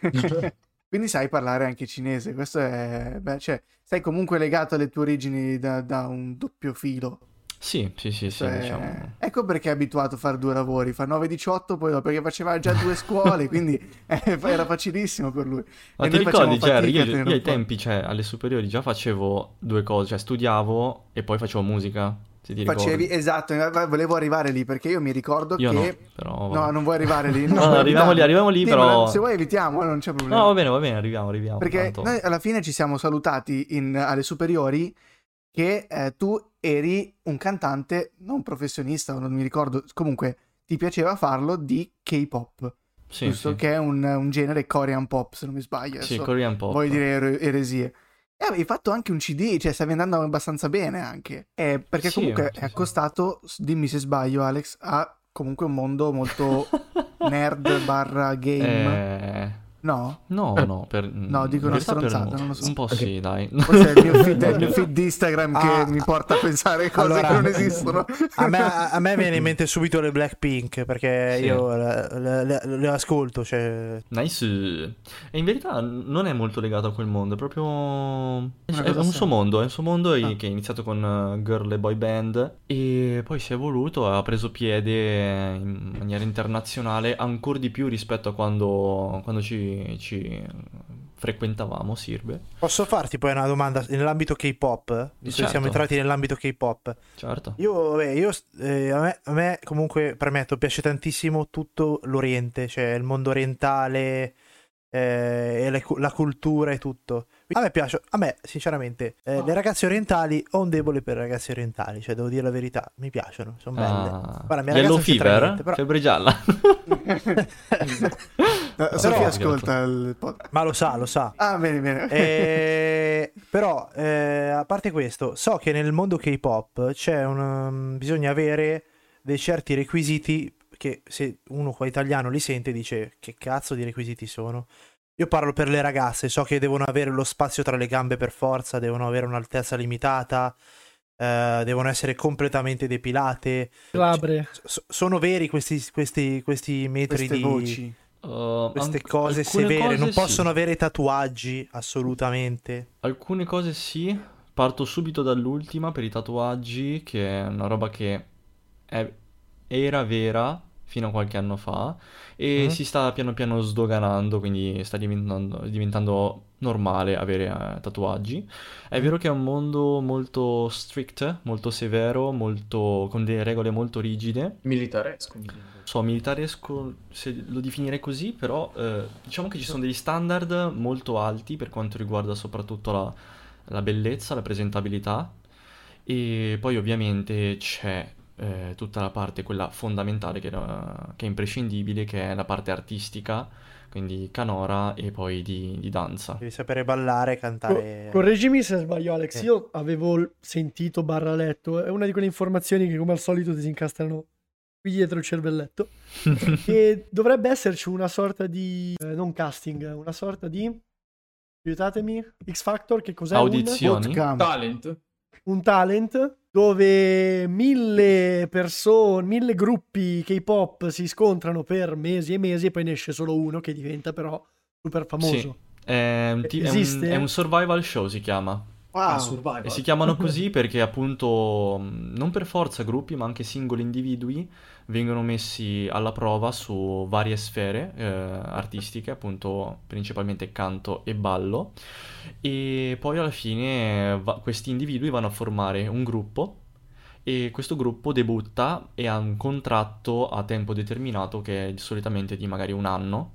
[SPEAKER 2] Quindi sai parlare anche cinese, questo è... Beh, cioè, sei comunque legato alle tue origini da un doppio filo.
[SPEAKER 5] Sì,
[SPEAKER 2] Cioè,
[SPEAKER 5] diciamo.
[SPEAKER 2] ecco perché è abituato a fare 2 lavori, fa 9-18, poi dopo, perché faceva già 2 scuole, quindi era facilissimo per lui.
[SPEAKER 5] Ma
[SPEAKER 2] E
[SPEAKER 5] ti
[SPEAKER 2] noi facciamo
[SPEAKER 5] ricordi, Jerry,
[SPEAKER 2] fatica a
[SPEAKER 5] io
[SPEAKER 2] tenere
[SPEAKER 5] ai
[SPEAKER 2] un po'.
[SPEAKER 5] tempi, cioè alle superiori già facevo 2 cose, cioè studiavo e poi facevo musica, se ti ricordi.
[SPEAKER 2] Facevi, esatto, volevo arrivare lì, perché io mi ricordo
[SPEAKER 5] Io
[SPEAKER 2] che...
[SPEAKER 5] no, però...
[SPEAKER 2] No, non vuoi arrivare lì?
[SPEAKER 5] No, arriviamo lì,
[SPEAKER 2] Dimmelo,
[SPEAKER 5] però...
[SPEAKER 2] se vuoi evitiamo, non c'è problema.
[SPEAKER 5] No, va bene, arriviamo.
[SPEAKER 2] Perché
[SPEAKER 5] tanto.
[SPEAKER 2] noi alla fine ci siamo salutati alle superiori che tu eri un cantante, non professionista, non mi ricordo, comunque ti piaceva farlo di K-pop,
[SPEAKER 5] Sì,
[SPEAKER 2] giusto?
[SPEAKER 5] sì.
[SPEAKER 2] Che è un genere Korean pop, se non mi sbaglio.
[SPEAKER 5] Sì,
[SPEAKER 2] Adesso
[SPEAKER 5] Korean pop.
[SPEAKER 2] voglio dire eresie. E avevi fatto anche un CD, cioè stavi andando abbastanza bene anche. Perché
[SPEAKER 5] Sì,
[SPEAKER 2] comunque
[SPEAKER 5] sì,
[SPEAKER 2] è
[SPEAKER 5] sì.
[SPEAKER 2] accostato, dimmi se sbaglio Alex, a comunque un mondo molto nerd barra game. No?
[SPEAKER 5] No,
[SPEAKER 2] No, dico
[SPEAKER 5] in
[SPEAKER 2] una
[SPEAKER 5] realtà per
[SPEAKER 2] stronzata,
[SPEAKER 5] no.
[SPEAKER 2] non lo so.
[SPEAKER 5] Un po' sì, dai.
[SPEAKER 2] Forse è il mio feed di Instagram che
[SPEAKER 1] Ah,
[SPEAKER 2] mi porta a pensare cose
[SPEAKER 1] allora,
[SPEAKER 2] che non esistono.
[SPEAKER 1] a me viene in mente subito le Blackpink, perché
[SPEAKER 5] Sì.
[SPEAKER 1] io le ascolto, cioè...
[SPEAKER 5] Nice. E in verità non è molto legato a quel mondo, è proprio... È
[SPEAKER 2] cosa
[SPEAKER 5] un
[SPEAKER 2] strana.
[SPEAKER 5] suo mondo, è un suo mondo
[SPEAKER 2] Ah.
[SPEAKER 5] che è iniziato con girl e boy band e poi si è evoluto, ha preso piede in maniera internazionale ancora di più rispetto a quando ci frequentavamo, Sirbe.
[SPEAKER 1] Posso farti poi una domanda nell'ambito K-pop? Visto che siamo
[SPEAKER 5] Certo.
[SPEAKER 1] entrati nell'ambito K-pop.
[SPEAKER 5] Certo.
[SPEAKER 1] A me comunque, premetto, piace tantissimo tutto l'Oriente, cioè il mondo orientale, e la cultura e tutto. A me sinceramente, le ragazze orientali, ho un debole per le ragazze orientali, cioè devo dire la verità, mi piacciono, sono belle. Guarda, mia
[SPEAKER 5] Yellow
[SPEAKER 1] ragazza non c'entra
[SPEAKER 5] Fever,
[SPEAKER 1] niente, però...
[SPEAKER 5] febbre gialla.
[SPEAKER 2] Sofia ascolta il podcast.
[SPEAKER 1] Ma lo sa.
[SPEAKER 2] Ah, bene.
[SPEAKER 1] Però, a parte questo, so che nel mondo K-pop bisogna avere dei certi requisiti che se uno qua italiano li sente dice che cazzo di requisiti sono. Io parlo per le ragazze, so che devono avere lo spazio tra le gambe per forza, devono avere un'altezza limitata, devono essere completamente depilate.
[SPEAKER 4] Glabre.
[SPEAKER 1] Sono veri questi metri
[SPEAKER 2] Queste
[SPEAKER 1] di...
[SPEAKER 2] voci.
[SPEAKER 1] Queste cose
[SPEAKER 5] Alcune
[SPEAKER 1] severe,
[SPEAKER 5] cose
[SPEAKER 1] non
[SPEAKER 5] sì.
[SPEAKER 1] possono avere tatuaggi, assolutamente.
[SPEAKER 5] Alcune cose sì, parto subito dall'ultima per i tatuaggi, che è una roba che era vera fino a qualche anno fa e si sta piano piano sdoganando, quindi sta diventando normale avere tatuaggi. È vero che è un mondo molto strict, molto severo, con delle regole molto rigide.
[SPEAKER 3] Militaresco.
[SPEAKER 5] So, militaresco se lo definirei così, però diciamo che ci sono degli standard molto alti per quanto riguarda soprattutto la bellezza, la presentabilità e poi ovviamente c'è tutta la parte, quella fondamentale che è imprescindibile, che è la parte artistica, quindi canora e poi di danza.
[SPEAKER 1] Devi sapere ballare, cantare.
[SPEAKER 4] Correggimi se sbaglio, Alex. Io avevo sentito barra letto, è una di quelle informazioni che come al solito disincastrano qui dietro il cervelletto. E dovrebbe esserci una sorta di non casting, una sorta di, aiutatemi, X Factor, che cos'è?
[SPEAKER 5] Audizioni?
[SPEAKER 2] Bootcamp.
[SPEAKER 3] Talent.
[SPEAKER 4] un talent dove 1000 persone, 1000 gruppi K-pop si scontrano per mesi e mesi e poi ne esce solo uno che diventa però super famoso.
[SPEAKER 5] Sì. È un survival show, si chiama.
[SPEAKER 2] Wow.
[SPEAKER 3] Survival.
[SPEAKER 5] E si chiamano così perché appunto non per forza gruppi, ma anche singoli individui vengono messi alla prova su varie sfere artistiche, appunto principalmente canto e ballo, e poi alla fine questi individui vanno a formare un gruppo e questo gruppo debutta e ha un contratto a tempo determinato che è solitamente di magari un anno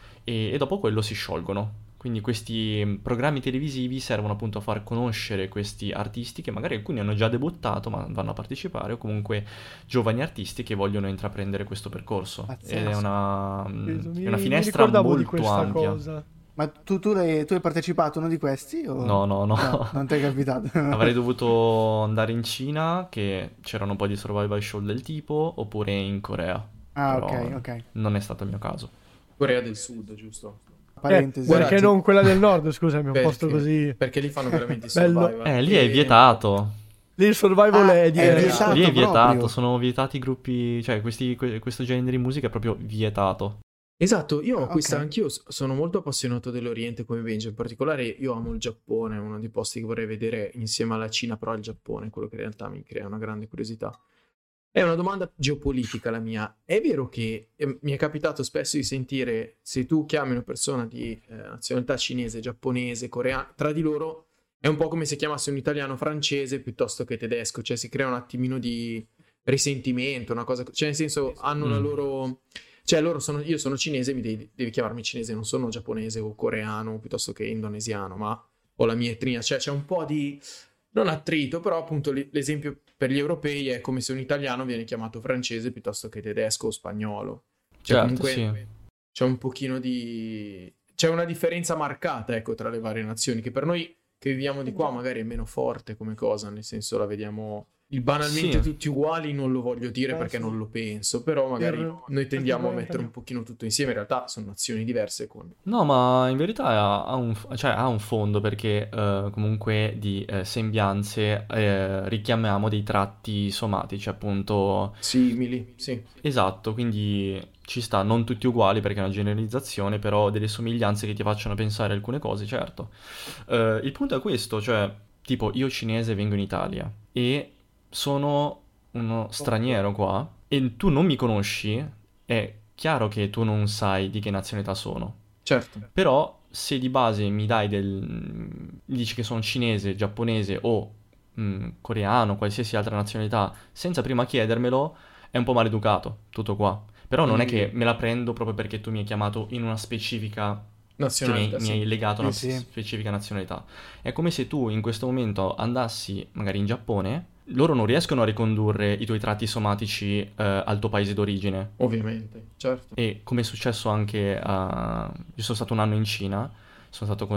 [SPEAKER 5] e dopo quello si sciolgono. Quindi questi programmi televisivi servono appunto a far conoscere questi artisti che magari alcuni hanno già debuttato ma vanno a partecipare, o comunque giovani artisti che vogliono intraprendere questo percorso.
[SPEAKER 2] Pazzesco.
[SPEAKER 5] Ed è una
[SPEAKER 4] Mi
[SPEAKER 5] finestra
[SPEAKER 4] ricordavo di
[SPEAKER 5] molto
[SPEAKER 4] questa
[SPEAKER 5] ampia.
[SPEAKER 4] cosa.
[SPEAKER 2] Ma tu hai partecipato a uno di questi? O...
[SPEAKER 5] No.
[SPEAKER 2] Non ti è capitato.
[SPEAKER 5] Avrei dovuto andare in Cina, che c'erano un po' di survival show del tipo, oppure in Corea.
[SPEAKER 2] Ah,
[SPEAKER 5] Però
[SPEAKER 2] ok.
[SPEAKER 5] non è stato il mio caso.
[SPEAKER 3] Corea del Sud, giusto?
[SPEAKER 2] Parentesi.
[SPEAKER 3] guarda,
[SPEAKER 4] Perché non quella del nord, scusami, un
[SPEAKER 3] Perché?
[SPEAKER 4] posto così.
[SPEAKER 3] Perché lì fanno veramente i
[SPEAKER 4] Bello.
[SPEAKER 3] survival.
[SPEAKER 5] Lì è vietato.
[SPEAKER 4] Lì il survival
[SPEAKER 2] Ah,
[SPEAKER 4] è
[SPEAKER 2] è
[SPEAKER 4] diverso.
[SPEAKER 2] vietato.
[SPEAKER 5] Lì è vietato,
[SPEAKER 2] proprio.
[SPEAKER 5] sono vietati i gruppi, cioè questo genere di musica è proprio vietato.
[SPEAKER 3] Esatto, io ho
[SPEAKER 2] Ok.
[SPEAKER 3] questa, anch'io sono molto appassionato dell'Oriente come Benji, in particolare io amo il Giappone, è uno dei posti che vorrei vedere insieme alla Cina, però il Giappone è quello che in realtà mi crea una grande curiosità. È una domanda geopolitica la mia. È vero che mi è capitato spesso di sentire, se tu chiami una persona di nazionalità cinese, giapponese, coreana, tra di loro è un po' come se chiamasse un italiano francese piuttosto che tedesco, cioè si crea un attimino di risentimento, una cosa, cioè nel senso hanno la loro... Cioè loro io sono cinese, devi chiamarmi cinese, non sono giapponese o coreano piuttosto che indonesiano, ma ho la mia etnia, cioè c'è un po' di... non attrito, però appunto l'esempio per gli europei è come se un italiano viene chiamato francese piuttosto che tedesco o spagnolo. Cioè
[SPEAKER 5] Certo,
[SPEAKER 3] comunque
[SPEAKER 5] sì.
[SPEAKER 3] c'è un pochino di... c'è una differenza marcata, ecco, tra le varie nazioni, che per noi che viviamo di qua magari è meno forte come cosa, nel senso la vediamo... Il banalmente
[SPEAKER 5] Sì.
[SPEAKER 3] tutti uguali non lo voglio dire perché
[SPEAKER 2] sì.
[SPEAKER 3] non lo penso, però magari noi tendiamo a mettere un pochino tutto insieme, in realtà sono nazioni diverse con...
[SPEAKER 5] No, ma in verità ha un fondo perché comunque di sembianze richiamiamo dei tratti somatici, appunto.
[SPEAKER 3] simili, sì.
[SPEAKER 5] Esatto, quindi ci sta, non tutti uguali perché è una generalizzazione, però delle somiglianze che ti facciano pensare alcune cose, certo. Il punto è questo, cioè, tipo, io cinese vengo in Italia e sono uno straniero qua e tu non mi conosci, è chiaro che tu non sai di che nazionalità sono.
[SPEAKER 3] Certo.
[SPEAKER 5] Però se di base mi dici che sono cinese, giapponese o coreano, qualsiasi altra nazionalità, senza prima chiedermelo, è un po' maleducato, tutto qua. Però non è che me la prendo proprio perché tu mi hai chiamato in una specifica... Cioè,
[SPEAKER 3] Nazionalità,
[SPEAKER 5] mi hai legato a una
[SPEAKER 2] Sì, sì.
[SPEAKER 5] specifica nazionalità. È come se tu in questo momento andassi magari in Giappone, loro non riescono a ricondurre i tuoi tratti somatici al tuo paese d'origine.
[SPEAKER 3] Ovviamente, certo.
[SPEAKER 5] E come è successo anche a... Io sono stato un anno in Cina, sono stato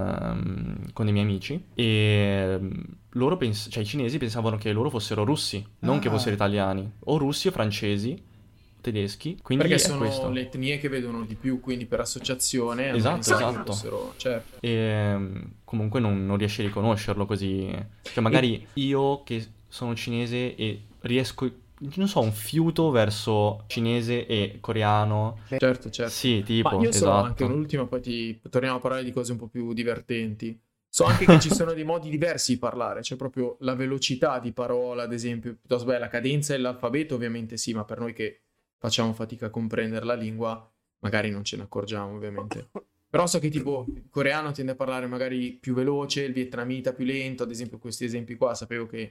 [SPEAKER 5] con dei miei amici e loro cioè i cinesi pensavano che loro fossero russi, non che fossero italiani, o russi o francesi, tedeschi, quindi
[SPEAKER 3] Perché
[SPEAKER 5] è
[SPEAKER 3] sono
[SPEAKER 5] questo.
[SPEAKER 3] le etnie che vedono di più, quindi per associazione hanno
[SPEAKER 5] Esatto,
[SPEAKER 3] pensato che
[SPEAKER 5] esatto.
[SPEAKER 3] fossero... Certo.
[SPEAKER 5] E comunque non riesci a riconoscerlo così. Cioè magari io che sono cinese e riesco, non so, un fiuto verso cinese e coreano.
[SPEAKER 3] Certo.
[SPEAKER 5] Sì, tipo,
[SPEAKER 3] Ma io so
[SPEAKER 5] esatto.
[SPEAKER 3] anche un'ultima, poi torniamo a parlare di cose un po' più divertenti. So anche che ci sono dei modi diversi di parlare, c'è proprio la velocità di parola, ad esempio, piuttosto la cadenza e l'alfabeto ovviamente sì, ma per noi che facciamo fatica a comprendere la lingua, magari non ce ne accorgiamo ovviamente. Però so che tipo il coreano tende a parlare magari più veloce, il vietnamita più lento, ad esempio questi esempi qua, sapevo che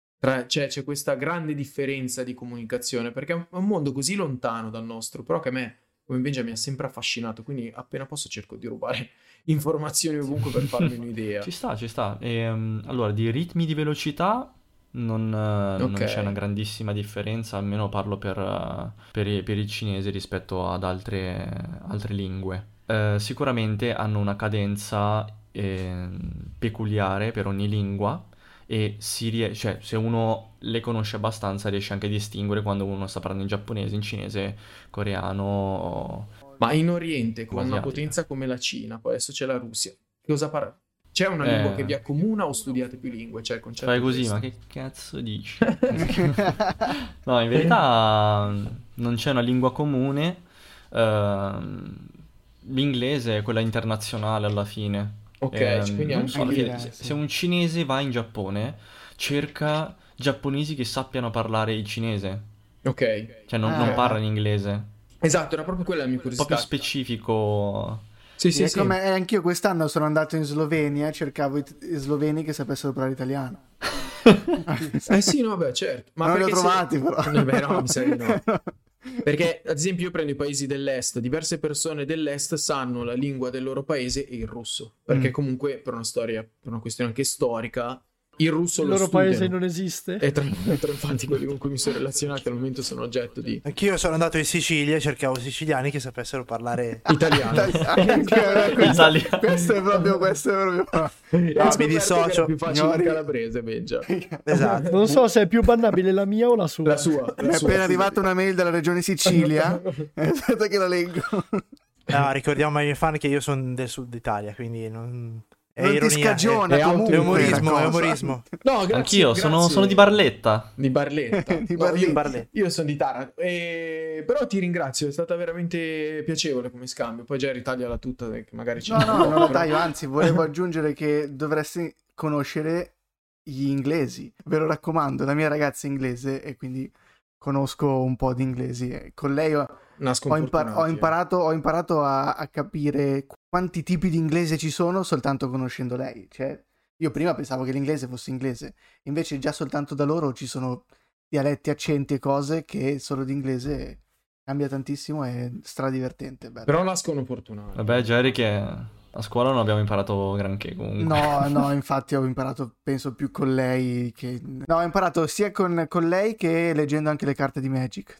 [SPEAKER 3] c'è questa grande differenza di comunicazione, perché è un mondo così lontano dal nostro, però che a me, come invece mi ha sempre affascinato, quindi appena posso cerco di rubare informazioni ovunque per farmi un'idea.
[SPEAKER 5] Ci sta. Allora, di ritmi di velocità non
[SPEAKER 3] Ok.
[SPEAKER 5] c'è una grandissima differenza, almeno parlo per il cinese rispetto ad altre lingue. Sicuramente hanno una cadenza peculiare per ogni lingua e cioè, se uno le conosce abbastanza riesce anche a distinguere quando uno sta parlando in giapponese, in cinese, coreano.
[SPEAKER 3] Ma in Oriente, con una
[SPEAKER 5] Asiatica.
[SPEAKER 3] potenza come la Cina, poi adesso c'è la Russia, che cosa parla? C'è una lingua che vi accomuna o studiate più lingue? Cioè, il concetto
[SPEAKER 5] Fai
[SPEAKER 3] è
[SPEAKER 5] così,
[SPEAKER 3] questo.
[SPEAKER 5] ma che cazzo dici? No, in verità non c'è una lingua comune. L'inglese è quella internazionale alla fine.
[SPEAKER 3] Ok, quindi
[SPEAKER 5] Non
[SPEAKER 3] anche
[SPEAKER 5] so, alla
[SPEAKER 3] lì,
[SPEAKER 5] fine,
[SPEAKER 2] sì.
[SPEAKER 5] se un cinese va in Giappone, cerca giapponesi che sappiano parlare il cinese.
[SPEAKER 3] ok.
[SPEAKER 5] Cioè non
[SPEAKER 2] Ah.
[SPEAKER 5] parlano inglese.
[SPEAKER 3] Esatto, era proprio quella la mia
[SPEAKER 5] Un po'
[SPEAKER 3] curiosità.
[SPEAKER 5] più specifico.
[SPEAKER 3] Sì,
[SPEAKER 2] Sì,
[SPEAKER 3] sì,
[SPEAKER 2] è
[SPEAKER 3] sì.
[SPEAKER 2] come anch'io quest'anno sono andato in Slovenia e cercavo i sloveni che sapessero parlare italiano.
[SPEAKER 3] Sì, no, beh, certo. Ma
[SPEAKER 2] non li ho
[SPEAKER 3] perché se-
[SPEAKER 2] trovati però.
[SPEAKER 3] Beh, no, mi sa di no. Perché, ad esempio, io prendo i paesi dell'est, diverse persone dell'est sanno la lingua del loro paese e il russo. Perché comunque, per una storia, per una questione anche storica, il russo
[SPEAKER 4] Il
[SPEAKER 3] lo
[SPEAKER 4] loro
[SPEAKER 3] studiano.
[SPEAKER 4] paese non esiste.
[SPEAKER 3] E tra infatti quelli con cui mi sono relazionato al momento sono oggetto di
[SPEAKER 1] Anch'io sono andato in Sicilia e cercavo siciliani che sapessero parlare.
[SPEAKER 3] italiano.
[SPEAKER 2] Questo è proprio
[SPEAKER 1] No, mi dissocio.
[SPEAKER 3] È più facile
[SPEAKER 2] Signori.
[SPEAKER 3] in calabrese, Benja.
[SPEAKER 1] Esatto.
[SPEAKER 4] Non so se è più bannabile la mia o la sua.
[SPEAKER 3] La sua.
[SPEAKER 2] È appena arrivata una mail dalla regione Sicilia. Aspetta che la leggo.
[SPEAKER 1] No, ricordiamo ai miei fan che io sono del sud Italia, quindi non... È
[SPEAKER 2] Non ti
[SPEAKER 1] ironia,
[SPEAKER 2] scagiona
[SPEAKER 3] è
[SPEAKER 2] comunque
[SPEAKER 1] è umorismo,
[SPEAKER 2] la
[SPEAKER 1] è
[SPEAKER 2] cosa.
[SPEAKER 1] umorismo.
[SPEAKER 3] No, grazie,
[SPEAKER 5] Anch'io
[SPEAKER 3] grazie.
[SPEAKER 5] sono di Barletta.
[SPEAKER 3] Di Barletta.
[SPEAKER 2] Di
[SPEAKER 3] No, io-
[SPEAKER 1] Barletta.
[SPEAKER 3] Io sono di Taranto. Però ti ringrazio, è stata veramente piacevole come scambio. Poi già ritagliala tutta, che magari ci
[SPEAKER 2] No, no, non la
[SPEAKER 3] però-
[SPEAKER 2] taglio, anzi volevo aggiungere che dovresti conoscere gli inglesi. Ve lo raccomando, la mia ragazza è inglese e quindi conosco un po' di inglesi. E con lei
[SPEAKER 3] Nascono
[SPEAKER 2] ho imparato a capire quanti tipi di inglese ci sono soltanto conoscendo lei. Cioè, io prima pensavo che l'inglese fosse inglese, invece già soltanto da loro ci sono dialetti, accenti e cose che solo di inglese cambia tantissimo e è stradivertente. Bello.
[SPEAKER 3] Però nascono fortunati.
[SPEAKER 5] Vabbè, Jerry, che a scuola non abbiamo imparato granché comunque.
[SPEAKER 2] No, infatti ho imparato, penso, più con lei che... No, ho imparato sia con lei che leggendo anche le carte di Magic.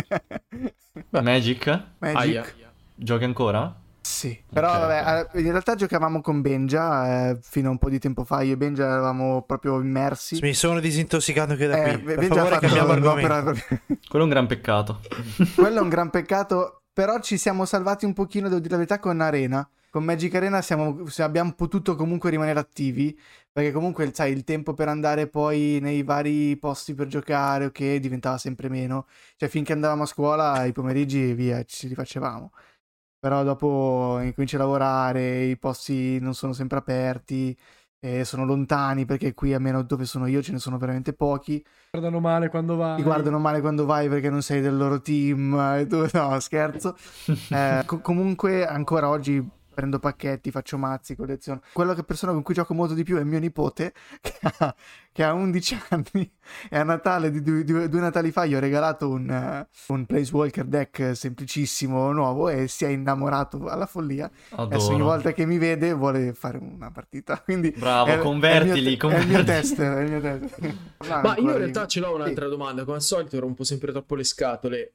[SPEAKER 5] Magic?
[SPEAKER 3] Aia.
[SPEAKER 5] Giochi ancora?
[SPEAKER 2] Sì, però
[SPEAKER 5] Ok,
[SPEAKER 2] vabbè, in realtà giocavamo con Benja fino a un po' di tempo fa, io e Benja eravamo proprio immersi.
[SPEAKER 1] Mi sono disintossicato anche da qui. Per
[SPEAKER 2] Benja ha
[SPEAKER 1] favore,
[SPEAKER 2] fatto
[SPEAKER 1] cambiamo
[SPEAKER 2] un'opera
[SPEAKER 1] argomento.
[SPEAKER 5] Quello è un gran peccato.
[SPEAKER 2] Quello è un gran peccato, però ci siamo salvati un pochino, devo dire la verità, con Arena. Con Magic Arena abbiamo potuto comunque rimanere attivi, perché comunque, sai, il tempo per andare poi nei vari posti per giocare, ok, diventava sempre meno. Cioè, finché andavamo a scuola, i pomeriggi, via, ci rifacevamo. Però dopo incominci a lavorare, i posti non sono sempre aperti, sono lontani, perché qui, almeno dove sono io, ce ne sono veramente pochi.
[SPEAKER 4] Guardano male quando va.
[SPEAKER 2] Ti guardano male quando vai perché non sei del loro team. E tu... No, scherzo. Comunque, ancora oggi prendo pacchetti, faccio mazzi, colleziono. Quella persona con cui gioco molto di più è mio nipote, che ha 11 anni. E a Natale, due Natali fa, gli ho regalato un Planeswalker deck semplicissimo, nuovo, e si è innamorato alla follia. Adesso ogni
[SPEAKER 5] Adoro.
[SPEAKER 2] volta che mi vede vuole fare una partita. Quindi
[SPEAKER 5] Bravo,
[SPEAKER 2] è
[SPEAKER 5] convertili,
[SPEAKER 2] È il mio
[SPEAKER 5] convertili.
[SPEAKER 2] tester, è il mio tester. No,
[SPEAKER 3] Ma
[SPEAKER 2] ancora
[SPEAKER 3] io in
[SPEAKER 2] lì.
[SPEAKER 3] realtà ce l'ho un'altra domanda, come al solito rompo sempre troppo le scatole.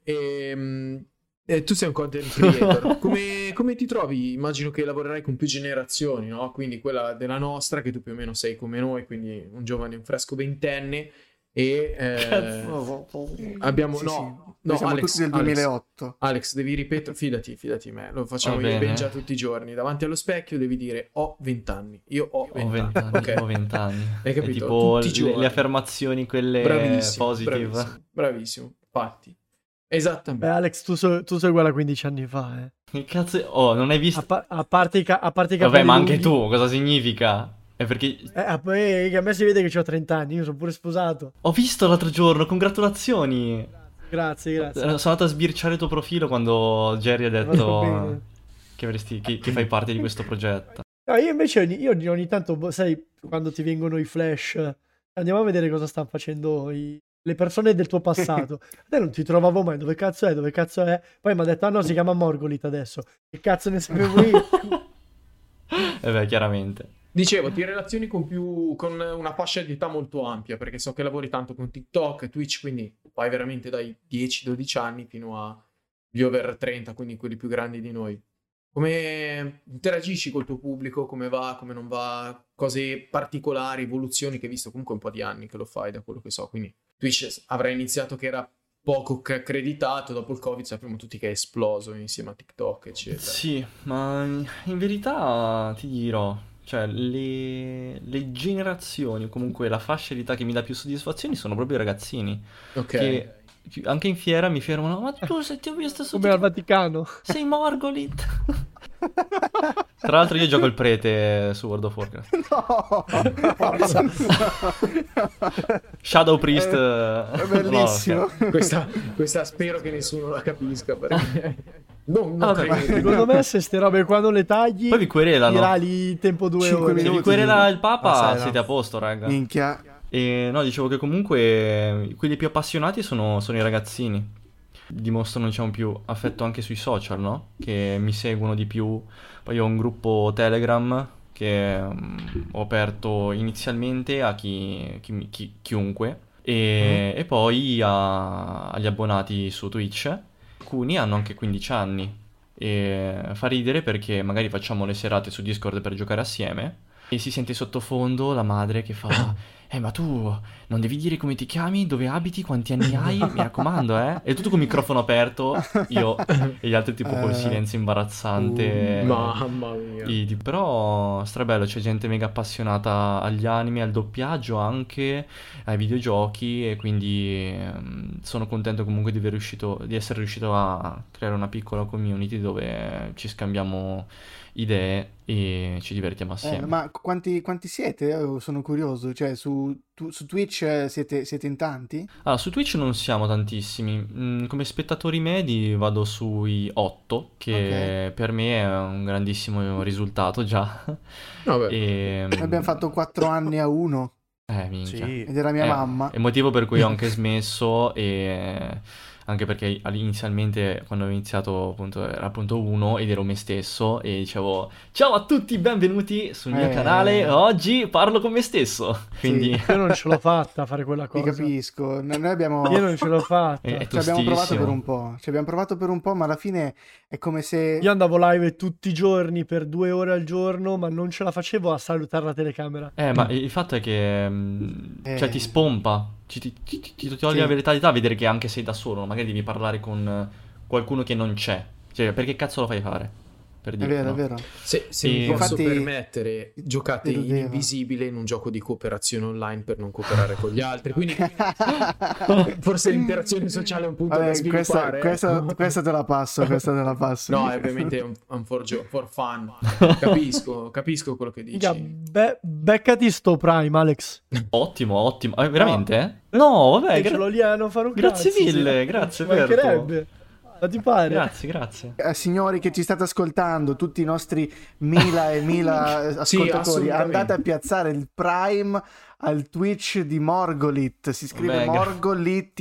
[SPEAKER 3] Tu sei un content creator, come ti trovi? Immagino che lavorerai con più generazioni, no? Quindi quella della nostra, che tu più o meno sei come noi, quindi un giovane, un fresco ventenne. E abbiamo...
[SPEAKER 2] Sì,
[SPEAKER 3] no,
[SPEAKER 2] sì.
[SPEAKER 3] no,
[SPEAKER 2] Noi siamo
[SPEAKER 3] Alex,
[SPEAKER 2] tutti del 2008.
[SPEAKER 3] Alex, devi ripetere, fidati me, lo facciamo
[SPEAKER 5] Va
[SPEAKER 3] io e
[SPEAKER 5] bene.
[SPEAKER 3] Benja tutti i giorni. Davanti allo specchio devi dire ho 20 anni, io ho 20
[SPEAKER 5] Ho 20 anni,
[SPEAKER 3] Ok.
[SPEAKER 5] ho 20 anni.
[SPEAKER 3] Hai
[SPEAKER 5] È
[SPEAKER 3] capito?
[SPEAKER 5] tipo
[SPEAKER 3] Tutti i giorni.
[SPEAKER 5] le affermazioni, quelle
[SPEAKER 3] Bravissimo,
[SPEAKER 5] positive.
[SPEAKER 3] bravissimo, infatti.
[SPEAKER 4] Beh,
[SPEAKER 3] Esattamente.
[SPEAKER 4] Alex, tu sei uguale a 15 anni fa, eh.
[SPEAKER 5] Che cazzo... Oh, non hai visto...
[SPEAKER 4] A parte i capelli
[SPEAKER 5] Vabbè, ma anche
[SPEAKER 4] lunghi.
[SPEAKER 5] tu, cosa significa? È perché...
[SPEAKER 4] Poi a me si vede che ho 30 anni, io sono pure sposato.
[SPEAKER 5] Ho visto l'altro giorno, congratulazioni!
[SPEAKER 4] Grazie.
[SPEAKER 5] Sono andato a sbirciare il tuo profilo quando Jerry ha
[SPEAKER 4] Va
[SPEAKER 5] detto
[SPEAKER 4] bene.
[SPEAKER 5] che fai parte di questo progetto.
[SPEAKER 4] No, io invece ogni tanto, sai, quando ti vengono i flash, andiamo a vedere cosa stanno facendo le persone del tuo passato. Te non ti trovavo mai, dove cazzo è? Poi mi ha detto, ah no, si chiama Morgolit adesso. Che cazzo ne sapevo io?
[SPEAKER 5] E beh, chiaramente.
[SPEAKER 3] Dicevo, ti relazioni con una fascia di età molto ampia, perché so che lavori tanto con TikTok, Twitch, quindi vai veramente dai 10-12 anni fino agli over 30, quindi quelli più grandi di noi. Come interagisci col tuo pubblico? Come va, come non va? Cose particolari, evoluzioni che hai visto comunque un po' di anni che lo fai, da quello che so. Quindi Twitch avrà iniziato che era poco accreditato, dopo il Covid sappiamo tutti che è esploso insieme a TikTok, eccetera.
[SPEAKER 5] Sì, ma in verità ti dirò, Cioè, le generazioni, comunque la fascia di età che mi dà più soddisfazioni sono proprio i ragazzini.
[SPEAKER 3] Ok.
[SPEAKER 5] Che anche in fiera mi fermano, ma tu se ti ho visto su
[SPEAKER 4] Come al
[SPEAKER 5] TikTok,
[SPEAKER 4] Vaticano.
[SPEAKER 5] sei Morgolit. Tra l'altro io gioco il prete su World of Warcraft.
[SPEAKER 2] No!
[SPEAKER 5] Shadow Priest.
[SPEAKER 2] È bellissimo.
[SPEAKER 5] No,
[SPEAKER 3] Questa spero che nessuno la capisca perché non
[SPEAKER 5] vabbè,
[SPEAKER 3] credo.
[SPEAKER 4] Secondo me se ste robe qua non le tagli,
[SPEAKER 5] Poi vi querelano.
[SPEAKER 4] tirali tempo 2
[SPEAKER 2] 5
[SPEAKER 4] ore.
[SPEAKER 5] Se vi
[SPEAKER 2] minuti.
[SPEAKER 5] querela il Papa
[SPEAKER 1] Ah, sai, no.
[SPEAKER 5] siete a posto, raga.
[SPEAKER 2] Minchia.
[SPEAKER 5] E no, dicevo che comunque quelli più appassionati sono i ragazzini. Dimostrano, diciamo, più affetto anche sui social, no? Che mi seguono di più. Poi ho un gruppo Telegram che ho aperto inizialmente a chiunque e poi agli abbonati su Twitch. Alcuni hanno anche 15 anni e fa ridere perché magari facciamo le serate su Discord per giocare assieme e si sente sottofondo la madre che fa ma tu non devi dire come ti chiami, dove abiti, quanti anni hai, mi raccomando, E tutto con il microfono aperto, io e gli altri tipo col silenzio imbarazzante.
[SPEAKER 3] Mamma mia.
[SPEAKER 5] Però strabello, c'è gente mega appassionata agli anime, al doppiaggio anche, ai videogiochi e quindi sono contento comunque di essere riuscito a creare una piccola community dove ci scambiamo idee e ci divertiamo assieme.
[SPEAKER 2] Ma quanti siete? Sono curioso. Cioè, su Twitch siete in tanti?
[SPEAKER 5] Allora, su Twitch non siamo tantissimi. Come spettatori medi vado sui 8, che per me è un grandissimo risultato già.
[SPEAKER 3] Vabbè.
[SPEAKER 5] E,
[SPEAKER 2] Noi abbiamo fatto 4 anni a 1
[SPEAKER 5] minchia.
[SPEAKER 1] Sì.
[SPEAKER 2] ed era mia mamma.
[SPEAKER 5] È il motivo per cui ho anche smesso e anche perché inizialmente quando ho iniziato appunto era appunto 1 ed ero me stesso e dicevo ciao a tutti, benvenuti sul mio canale, oggi parlo con me stesso. Quindi
[SPEAKER 4] Io non ce l'ho fatta a fare quella
[SPEAKER 2] Ti
[SPEAKER 4] cosa.
[SPEAKER 2] capisco. Noi abbiamo...
[SPEAKER 4] Io non ce l'ho fatta.
[SPEAKER 2] Ci abbiamo provato per un po', ma alla fine è come se...
[SPEAKER 4] Io andavo live tutti i giorni per 2 ore al giorno, ma non ce la facevo a salutare la telecamera.
[SPEAKER 5] ma il fatto è che cioè ti spompa, ti toglie la verità a vedere che anche sei da solo, magari devi parlare con qualcuno che non c'è. Cioè, perché cazzo lo fai fare? Per
[SPEAKER 2] È
[SPEAKER 5] dire,
[SPEAKER 2] vero,
[SPEAKER 5] no?
[SPEAKER 2] è vero.
[SPEAKER 3] Se mi posso
[SPEAKER 2] Infatti,
[SPEAKER 3] permettere, giocate in
[SPEAKER 2] deludeva.
[SPEAKER 3] invisibile in un gioco di cooperazione online per non cooperare con gli altri. Quindi forse l'interazione sociale è un punto da
[SPEAKER 2] Vabbè,
[SPEAKER 3] sviluppare.
[SPEAKER 2] questa te la passo, questa te la passo.
[SPEAKER 3] No, è ovviamente un for fun. Capisco quello che dici.
[SPEAKER 4] Mica, beccati sto Prime, Alex.
[SPEAKER 5] Ottimo. Veramente? No, vabbè,
[SPEAKER 4] Ce l'ho lì a non fare un
[SPEAKER 5] grazie
[SPEAKER 4] cazzo,
[SPEAKER 5] mille,
[SPEAKER 4] sì.
[SPEAKER 5] grazie,
[SPEAKER 4] Ci mancherebbe.
[SPEAKER 5] Berto.
[SPEAKER 4] Ma ti pare?
[SPEAKER 5] Grazie.
[SPEAKER 2] Signori che ci state ascoltando, tutti i nostri 1000 e 1000 ascoltatori,
[SPEAKER 3] assolutamente.
[SPEAKER 2] andate a piazzare il Prime al Twitch di Morgolit, si scrive
[SPEAKER 5] Vabbè,
[SPEAKER 2] Morgolit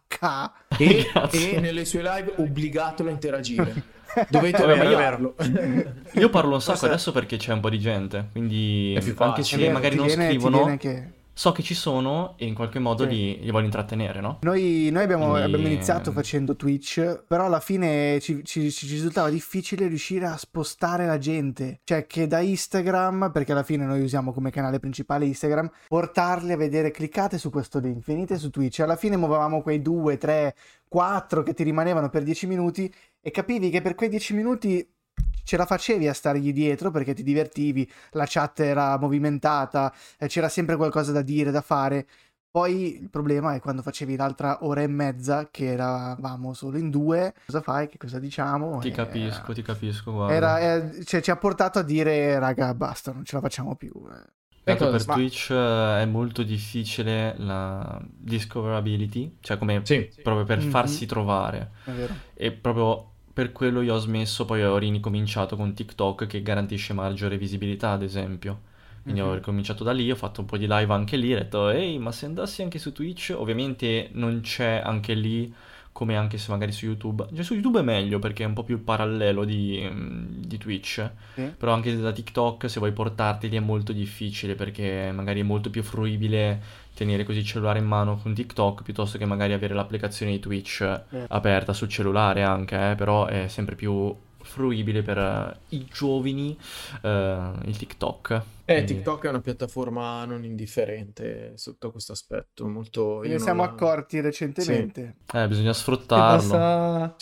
[SPEAKER 3] E nelle sue live obbligatelo a interagire. Dovete
[SPEAKER 5] Vabbè,
[SPEAKER 3] ammaiarlo.
[SPEAKER 5] Io parlo un sacco adesso perché c'è un po' di gente, quindi
[SPEAKER 3] È più
[SPEAKER 5] anche
[SPEAKER 3] facile.
[SPEAKER 5] se magari non scrivono,
[SPEAKER 2] che...
[SPEAKER 5] so che ci sono e in qualche modo li voglio intrattenere, no?
[SPEAKER 2] Noi abbiamo
[SPEAKER 5] Quindi,
[SPEAKER 2] iniziato facendo Twitch, però alla fine ci risultava difficile riuscire a spostare la gente. Cioè che da Instagram, perché alla fine noi usiamo come canale principale Instagram, portarli a vedere, cliccate su questo link, venite su Twitch. Alla fine muovevamo quei 2, 3, 4 che ti rimanevano per 10 minuti e capivi che per quei 10 minuti ce la facevi a stargli dietro perché ti divertivi, la chat era movimentata, c'era sempre qualcosa da dire, da fare. Poi il problema è quando facevi l'altra ora e mezza che eravamo solo in 2, cosa fai, che cosa diciamo?
[SPEAKER 5] Ti capisco, guarda.
[SPEAKER 2] Cioè, ci ha portato a dire raga basta, non ce la facciamo più.
[SPEAKER 5] Anche per Twitch è molto difficile la discoverability, cioè come proprio per farsi trovare.
[SPEAKER 2] È vero.
[SPEAKER 5] E proprio per quello io ho smesso, poi ho ricominciato con TikTok che garantisce maggiore visibilità, ad esempio. Quindi ho ricominciato da lì, ho fatto un po' di live anche lì, ho detto ehi, ma se andassi anche su Twitch, ovviamente non c'è anche lì come anche se magari su YouTube. Cioè su YouTube è meglio perché è un po' più il parallelo di Twitch, però anche da TikTok se vuoi portarteli è molto difficile perché magari è molto più fruibile tenere così il cellulare in mano con TikTok piuttosto che magari avere l'applicazione di Twitch aperta sul cellulare anche, però è sempre più fruibile per i giovani il TikTok. Quindi...
[SPEAKER 3] TikTok è una piattaforma non indifferente sotto questo aspetto, molto...
[SPEAKER 2] Ne siamo accorti recentemente.
[SPEAKER 5] Bisogna sfruttarlo.
[SPEAKER 4] Basta...
[SPEAKER 3] Sì.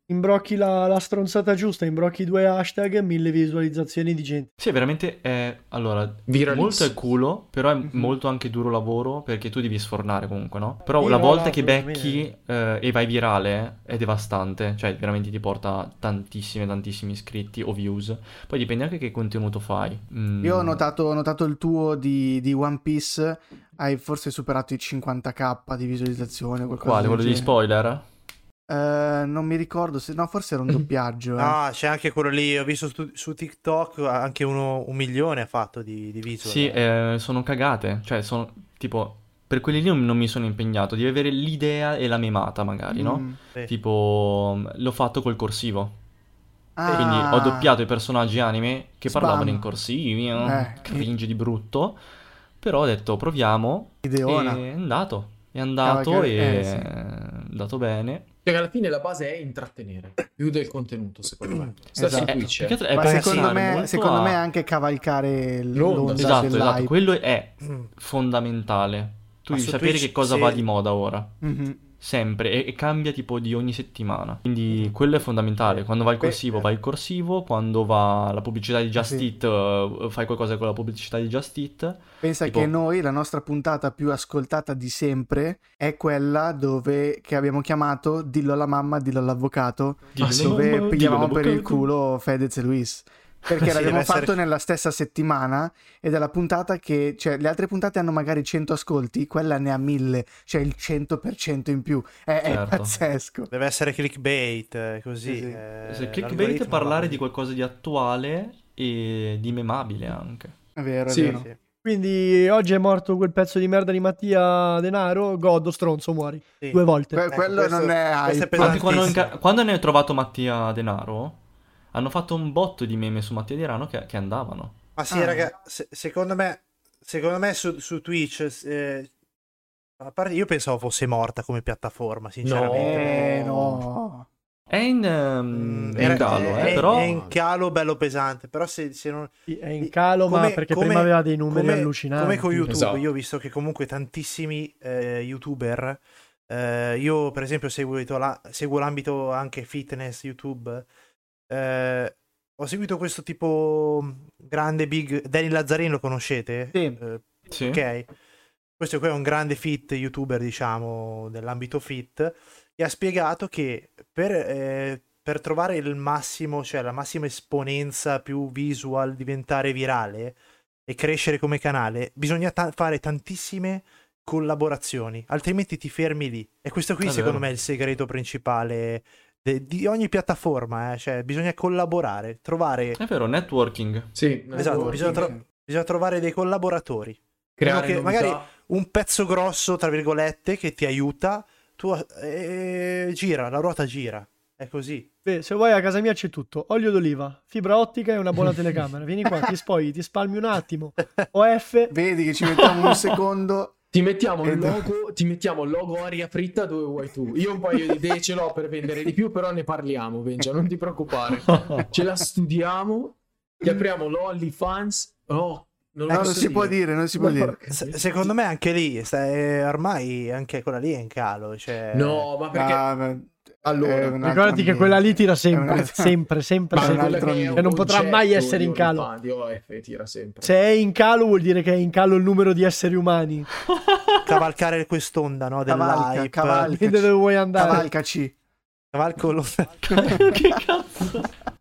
[SPEAKER 4] Imbrocchi la stronzata giusta, imbrocchi 2 hashtag, 1000 visualizzazioni di gente.
[SPEAKER 5] Sì, veramente è... Allora,
[SPEAKER 3] Viralissimo.
[SPEAKER 5] molto è culo, però è molto anche duro lavoro, perché tu devi sfornare comunque, no? Però
[SPEAKER 4] Sì,
[SPEAKER 5] la
[SPEAKER 4] no,
[SPEAKER 5] volta
[SPEAKER 4] no,
[SPEAKER 5] che
[SPEAKER 4] assolutamente.
[SPEAKER 5] becchi e vai virale è devastante. Cioè, veramente ti porta tantissimi iscritti o views. Poi dipende anche che contenuto fai.
[SPEAKER 2] Io ho notato il tuo di One Piece, hai forse superato i 50k di visualizzazione o qualcosa
[SPEAKER 5] Quale?
[SPEAKER 2] del
[SPEAKER 5] Quello di
[SPEAKER 2] genere.
[SPEAKER 5] spoiler?
[SPEAKER 2] Non mi ricordo se... No, forse era un doppiaggio.
[SPEAKER 1] No, c'è anche quello lì, ho visto su TikTok anche 1 milione ha fatto di visual.
[SPEAKER 5] Sì, sono cagate. Cioè, sono tipo... Per quelli lì non mi sono impegnato. Devi avere l'idea e la memata, magari, no?
[SPEAKER 1] Sì.
[SPEAKER 5] Tipo, l'ho fatto col corsivo.
[SPEAKER 2] Ah,
[SPEAKER 5] Quindi ho doppiato i personaggi anime che
[SPEAKER 2] Spam.
[SPEAKER 5] parlavano in corsivi, cringe di brutto. Però ho detto proviamo.
[SPEAKER 2] Ideona.
[SPEAKER 5] E è andato. È andato
[SPEAKER 2] Cavolo,
[SPEAKER 5] e
[SPEAKER 2] sì.
[SPEAKER 5] è andato bene.
[SPEAKER 3] Perché alla fine la base è intrattenere più del contenuto, secondo me. Sta
[SPEAKER 2] Esatto.
[SPEAKER 3] su Twitch.
[SPEAKER 5] Più che altro è
[SPEAKER 2] Ma secondo
[SPEAKER 5] pensare
[SPEAKER 2] me,
[SPEAKER 5] molto
[SPEAKER 2] secondo
[SPEAKER 5] a-
[SPEAKER 2] me anche cavalcare l'onda
[SPEAKER 5] Esatto,
[SPEAKER 2] dell'hype.
[SPEAKER 5] quello è fondamentale. Tu
[SPEAKER 1] Ma
[SPEAKER 5] devi
[SPEAKER 1] su
[SPEAKER 5] sapere
[SPEAKER 1] Twitch,
[SPEAKER 5] che cosa
[SPEAKER 1] sì.
[SPEAKER 5] va di moda ora.
[SPEAKER 2] Mhm.
[SPEAKER 5] Sempre, e cambia tipo di ogni settimana. Quindi quello è fondamentale. Quando va il corsivo, vai il corsivo. Quando va la pubblicità di Just
[SPEAKER 2] Sì.
[SPEAKER 5] Eat, fai qualcosa con la pubblicità di Just Eat.
[SPEAKER 2] Pensa
[SPEAKER 5] Tipo-
[SPEAKER 2] che noi, la nostra puntata più ascoltata di sempre è quella che abbiamo chiamato Dillo alla mamma, dillo all'avvocato,
[SPEAKER 5] Dillo alla
[SPEAKER 2] dove
[SPEAKER 5] mamma, dillo
[SPEAKER 2] pigliavamo per il
[SPEAKER 5] all'avvocato.
[SPEAKER 2] culo Fedez e Luis. Perché
[SPEAKER 1] Sì,
[SPEAKER 2] l'abbiamo
[SPEAKER 1] deve essere-
[SPEAKER 2] fatto nella stessa settimana ed è la puntata che, cioè, le altre puntate hanno magari 100 ascolti, quella ne ha 1000, cioè il 100% in più. È
[SPEAKER 5] Certo.
[SPEAKER 2] pazzesco.
[SPEAKER 1] Deve essere clickbait, così.
[SPEAKER 2] Sì, sì.
[SPEAKER 5] Se clickbait
[SPEAKER 1] l'algoritmo
[SPEAKER 5] è parlare
[SPEAKER 1] va
[SPEAKER 5] di qualcosa di attuale e di memabile anche.
[SPEAKER 2] È vero, è
[SPEAKER 3] Sì.
[SPEAKER 2] vero.
[SPEAKER 1] Sì,
[SPEAKER 4] Quindi oggi è morto quel pezzo di merda di Mattia Denaro, godo, stronzo, muori.
[SPEAKER 1] sì.
[SPEAKER 4] 2 volte.
[SPEAKER 2] Quello
[SPEAKER 1] questo-
[SPEAKER 2] non è
[SPEAKER 1] questo
[SPEAKER 2] hype.
[SPEAKER 1] è
[SPEAKER 5] Anche
[SPEAKER 1] pesantissimo.
[SPEAKER 5] quando ne ho trovato Mattia Denaro, hanno fatto un botto di meme su Mattia Denaro che andavano.
[SPEAKER 1] Ma sì,
[SPEAKER 2] Ah.
[SPEAKER 1] raga, secondo me su Twitch, a parte io pensavo fosse morta come piattaforma, sinceramente.
[SPEAKER 2] No.
[SPEAKER 5] È in calo, però...
[SPEAKER 1] È in calo bello pesante, però se non...
[SPEAKER 4] Sì, è in calo, ma
[SPEAKER 1] come-
[SPEAKER 4] perché
[SPEAKER 1] come-
[SPEAKER 4] prima aveva dei numeri
[SPEAKER 1] come-
[SPEAKER 4] allucinanti.
[SPEAKER 1] Come con YouTube,
[SPEAKER 3] Esatto.
[SPEAKER 1] io ho visto che comunque tantissimi YouTuber, io per esempio seguo l'ambito anche fitness YouTube, ho seguito questo tipo grande big, Danny Lazzarin lo conoscete?
[SPEAKER 2] Sì.
[SPEAKER 5] Sì.
[SPEAKER 1] Ok, questo qui è un grande fit YouTuber, diciamo, dell'ambito fit, e ha spiegato che per trovare il massimo, cioè la massima esponenza più visual, diventare virale e crescere come canale, bisogna fare tantissime collaborazioni, altrimenti ti fermi lì. E questo qui
[SPEAKER 5] È
[SPEAKER 1] secondo
[SPEAKER 5] vero.
[SPEAKER 1] me è il segreto principale di ogni piattaforma, cioè bisogna collaborare, trovare...
[SPEAKER 5] È vero, networking.
[SPEAKER 3] Sì,
[SPEAKER 1] Esatto,
[SPEAKER 3] networking.
[SPEAKER 1] bisogna trovare dei collaboratori.
[SPEAKER 3] Creare
[SPEAKER 1] Uno che
[SPEAKER 3] novità.
[SPEAKER 1] magari un pezzo grosso, tra virgolette, che ti aiuta, tu gira, la ruota gira. È così.
[SPEAKER 4] Beh, se vuoi a casa mia c'è tutto: olio d'oliva, fibra ottica e una buona telecamera. Vieni qua, ti spogli, ti spalmi un attimo. OF,
[SPEAKER 2] Vedi che ci mettiamo un secondo.
[SPEAKER 3] Ti mettiamo il logo aria fritta dove vuoi tu. Io un paio di idee ce l'ho per vendere di più, però ne parliamo, Benja, non ti preoccupare. Ce la studiamo, ti apriamo l'OnlyFans. Oh, non
[SPEAKER 2] Non
[SPEAKER 3] posso
[SPEAKER 2] si può dire, non si può dire.
[SPEAKER 1] Secondo me anche lì, ormai anche quella lì è in calo. Cioè...
[SPEAKER 3] No, ma perché...
[SPEAKER 2] Ah, ma-
[SPEAKER 3] Allora,
[SPEAKER 2] è un altro
[SPEAKER 4] ricordati che
[SPEAKER 2] ambiente.
[SPEAKER 4] quella lì tira
[SPEAKER 2] È
[SPEAKER 4] sempre,
[SPEAKER 2] un altro-
[SPEAKER 4] sempre, sempre,
[SPEAKER 3] ma
[SPEAKER 2] è un
[SPEAKER 4] sempre.
[SPEAKER 3] quella
[SPEAKER 2] altro
[SPEAKER 3] che è
[SPEAKER 2] ambiente.
[SPEAKER 3] un
[SPEAKER 4] Che non potrà
[SPEAKER 3] concetto
[SPEAKER 4] mai essere in
[SPEAKER 3] di
[SPEAKER 4] calo.
[SPEAKER 3] OnlyFans, di OF tira sempre.
[SPEAKER 4] Se è in calo vuol dire che è in calo il numero di esseri umani.
[SPEAKER 1] Cavalcare quest'onda, no? Dell'hype.
[SPEAKER 2] Cavalca.
[SPEAKER 4] Vedi dove vuoi andare.
[SPEAKER 2] Cavalcaci.
[SPEAKER 1] Cavalco lo...
[SPEAKER 5] Che cazzo?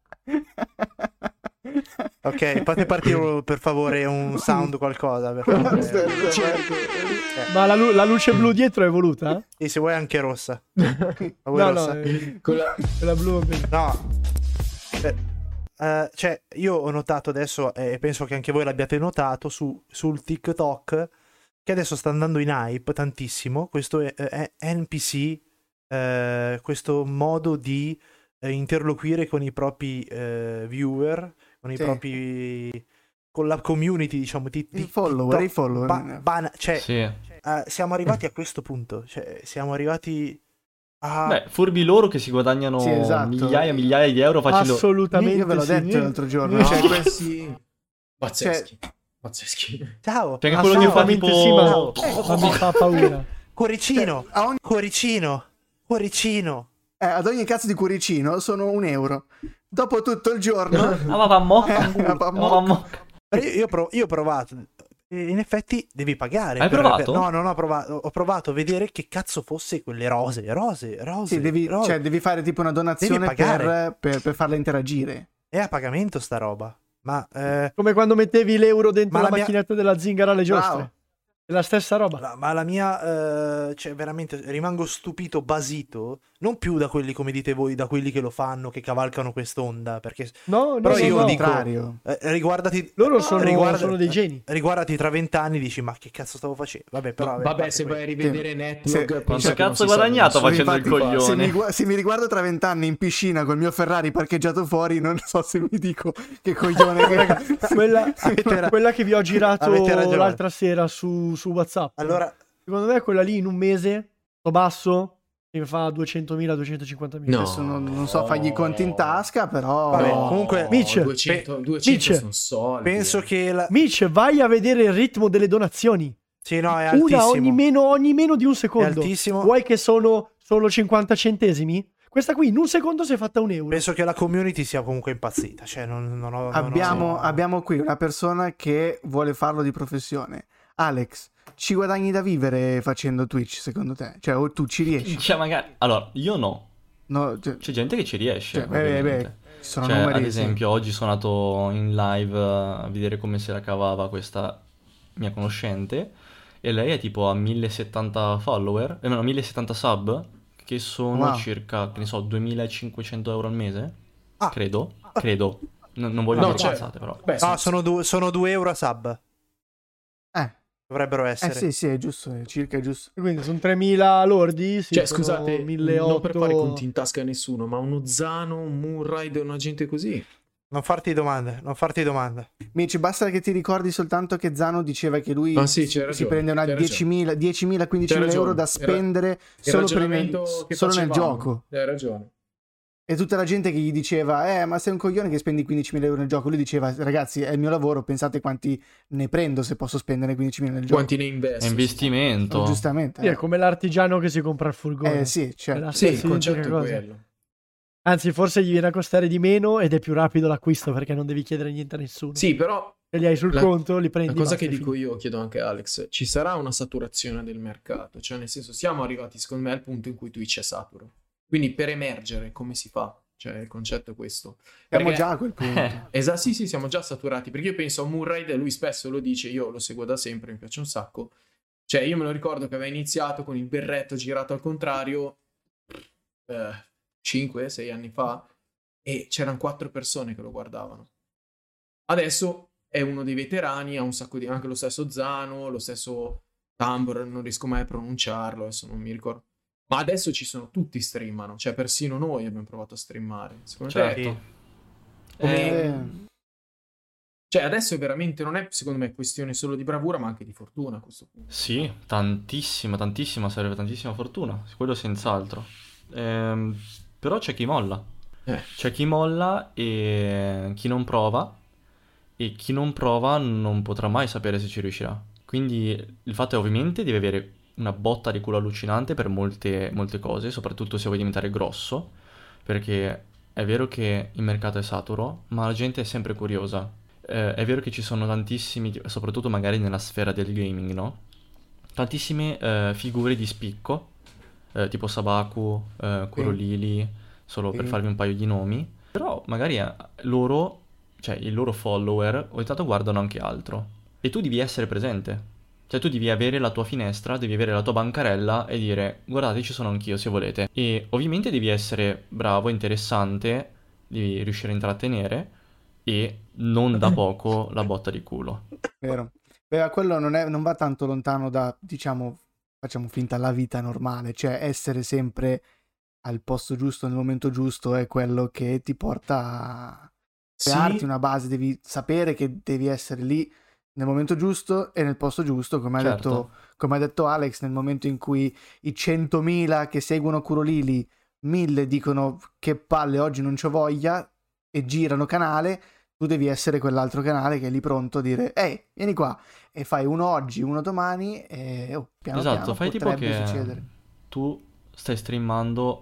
[SPEAKER 1] Ok, fate partire per favore un sound, qualcosa. Per favore.
[SPEAKER 4] Ma la luce blu dietro è voluta?
[SPEAKER 1] E se vuoi anche rossa. La vuoi
[SPEAKER 4] No,
[SPEAKER 1] rossa?
[SPEAKER 4] no,
[SPEAKER 3] Quella...
[SPEAKER 4] quella blu va bene.
[SPEAKER 1] No. Cioè, io ho notato adesso, e penso che anche voi l'abbiate notato, sul TikTok, che adesso sta andando in hype tantissimo, questo è NPC, questo modo di interloquire con i propri viewer, con i
[SPEAKER 2] Sì.
[SPEAKER 1] propri... con la community, diciamo, di
[SPEAKER 2] I follower,
[SPEAKER 1] TikTok.
[SPEAKER 2] i follower.
[SPEAKER 1] Cioè,
[SPEAKER 5] Sì.
[SPEAKER 1] siamo arrivati a questo punto, cioè, siamo arrivati a...
[SPEAKER 5] Beh, furbi loro che si guadagnano
[SPEAKER 2] Sì, esatto.
[SPEAKER 5] migliaia e migliaia di euro facendo...
[SPEAKER 4] Assolutamente
[SPEAKER 2] Io ve l'ho
[SPEAKER 4] sì.
[SPEAKER 2] detto l'altro giorno.
[SPEAKER 3] No,
[SPEAKER 2] Cioè,
[SPEAKER 3] sì. Pazzeschi. Pazzeschi.
[SPEAKER 1] Ciao!
[SPEAKER 5] C'è anche quello che fa
[SPEAKER 4] Assolutamente
[SPEAKER 5] tipo...
[SPEAKER 4] sì, ma mi fa paura.
[SPEAKER 1] Cuoricino!
[SPEAKER 2] a ogni-
[SPEAKER 1] Cuoricino! Cuoricino!
[SPEAKER 2] ad ogni cazzo di cuoricino sono €1. Dopo tutto il giorno...
[SPEAKER 5] ma va mo'.
[SPEAKER 1] Io ho provato. E in effetti devi pagare.
[SPEAKER 5] Hai provato?
[SPEAKER 1] No, non ho provato. Ho provato a vedere che cazzo fosse quelle rose.
[SPEAKER 2] Sì, devi fare tipo una donazione per farla interagire.
[SPEAKER 1] È a pagamento sta roba. Ma
[SPEAKER 4] come quando mettevi l'euro dentro la
[SPEAKER 1] mia...
[SPEAKER 4] macchinetta della zingara alle giostre.
[SPEAKER 2] Wow.
[SPEAKER 4] È la stessa roba.
[SPEAKER 1] Ma la mia, cioè veramente rimango stupito, basito, non più da quelli, come dite voi, da quelli che lo fanno, che cavalcano quest'onda, perché
[SPEAKER 2] però io dico, riguardati,
[SPEAKER 4] loro sono dei geni.
[SPEAKER 1] Riguardati tra 20 anni, dici ma che cazzo stavo facendo? Vabbè,
[SPEAKER 3] se vai a rivedere Network,
[SPEAKER 5] quanto cazzo ho guadagnato facendo il coglione?
[SPEAKER 2] Se mi riguardo tra 20 anni in piscina col mio Ferrari parcheggiato fuori, non so se mi dico che coglione.
[SPEAKER 4] quella che vi ho girato l'altra sera su WhatsApp.
[SPEAKER 1] Allora,
[SPEAKER 4] secondo me quella lì in un mese, sto basso, che fa 200.000, 250.000.
[SPEAKER 2] No, adesso non so fargli i conti in tasca, però...
[SPEAKER 1] Vabbè, comunque...
[SPEAKER 4] Mitch,
[SPEAKER 3] 200 sono soldi.
[SPEAKER 1] Penso che...
[SPEAKER 4] Mitch, vai a vedere il ritmo delle donazioni.
[SPEAKER 1] Sì, no, è altissimo.
[SPEAKER 4] Una ogni meno di un secondo.
[SPEAKER 1] È altissimo.
[SPEAKER 4] Vuoi che sono solo 50 centesimi? Questa qui in un secondo si è fatta €1.
[SPEAKER 1] Penso che la community sia comunque impazzita. Cioè,
[SPEAKER 2] abbiamo qui una persona che vuole farlo di professione. Alex, ci guadagni da vivere facendo Twitch, secondo te? Cioè, o tu ci riesci?
[SPEAKER 5] Cioè, magari... Allora, io no. C'è gente che ci riesce.
[SPEAKER 2] Sono
[SPEAKER 5] cioè,
[SPEAKER 2] numeri,
[SPEAKER 5] ad esempio, oggi sono andato in live a vedere come se la cavava questa mia conoscente e lei è tipo a 1070 follower, 1070 sub, che sono circa, che ne so, €2.500 al mese. Credo. Non voglio dire cazzate, però.
[SPEAKER 1] Sono €2 a sub. Dovrebbero essere.
[SPEAKER 2] Sì, è giusto, è circa giusto.
[SPEAKER 4] Quindi sono 3.000 lordi. Sì,
[SPEAKER 3] cioè, scusate,
[SPEAKER 4] 1.800.
[SPEAKER 3] non per fare conti in tasca a nessuno, ma uno Zano, un Moonride, una gente così.
[SPEAKER 1] Non farti domande.
[SPEAKER 2] Mitch, basta che ti ricordi soltanto che Zano diceva che lui si prende una 10.000, 15.000 euro da spendere solo nel gioco.
[SPEAKER 3] Hai ragione.
[SPEAKER 2] E tutta la gente che gli diceva ma sei un coglione che spendi 15.000 euro nel gioco. Lui diceva, ragazzi, è il mio lavoro, pensate quanti ne prendo se posso spendere 15.000 nel gioco.
[SPEAKER 3] Quanti ne investo.
[SPEAKER 5] È investimento.
[SPEAKER 2] Giustamente.
[SPEAKER 4] Sì, è come l'artigiano che si compra il furgone.
[SPEAKER 2] Sì, certo.
[SPEAKER 3] Sì, il concetto è quello.
[SPEAKER 4] Anzi, forse gli viene a costare di meno ed è più rapido l'acquisto perché non devi chiedere niente a nessuno.
[SPEAKER 3] Sì, però...
[SPEAKER 4] Se li hai sul conto, li prendi.
[SPEAKER 3] La cosa che dico io, chiedo anche a Alex, ci sarà una saturazione del mercato? Cioè, nel senso, siamo arrivati, secondo me, al punto in cui Twitch è saturo. Quindi, per emergere, come si fa? Cioè, il concetto è questo.
[SPEAKER 2] Siamo già a quel punto.
[SPEAKER 3] Esatto, sì, siamo già saturati. Perché io penso a Moonride, lui spesso lo dice, io lo seguo da sempre, mi piace un sacco. Cioè, io me lo ricordo che aveva iniziato con il berretto girato al contrario 5-6 anni fa e c'erano 4 persone che lo guardavano. Adesso è uno dei veterani, ha un sacco di... anche lo stesso Zano, lo stesso Tambor, non riesco mai a pronunciarlo, adesso non mi ricordo. Ma adesso tutti streamano, cioè persino noi abbiamo provato a streamare. Secondo te? Cioè adesso è veramente, non è secondo me questione solo di bravura ma anche di fortuna a questo punto.
[SPEAKER 5] Sì, tantissima, serve tantissima fortuna, quello senz'altro. Però c'è chi molla. C'è chi molla e chi non prova, e chi non prova non potrà mai sapere se ci riuscirà. Quindi il fatto è ovviamente devi avere una botta di culo allucinante per molte cose, soprattutto se vuoi diventare grosso, perché è vero che il mercato è saturo, ma la gente è sempre curiosa. È vero che ci sono tantissimi, soprattutto magari nella sfera del gaming, no? Tantissime figure di spicco, tipo Sabaku, Kurolili, solo per farvi un paio di nomi. Però magari loro, cioè i loro follower, ogni tanto guardano anche altro. E tu devi essere presente. Cioè tu devi avere la tua finestra, devi avere la tua bancarella e dire guardate ci sono anch'io se volete. E ovviamente devi essere bravo, interessante, devi riuscire a intrattenere e non da poco la botta di culo.
[SPEAKER 2] Vero. Beh, quello non va tanto lontano da, diciamo, facciamo finta, la vita normale. Cioè essere sempre al posto giusto nel momento giusto è quello che ti porta a crearti una base. Devi sapere che devi essere lì nel momento giusto e nel posto giusto, come ha detto Alex, nel momento in cui i 100.000 che seguono Kurolili, 1.000 dicono che palle oggi non c'ho voglia e girano canale, tu devi essere quell'altro canale che è lì pronto a dire ehi, vieni qua, e fai uno oggi, uno domani e piano piano
[SPEAKER 5] fai tipo che
[SPEAKER 2] succedere.
[SPEAKER 5] tu stai streamando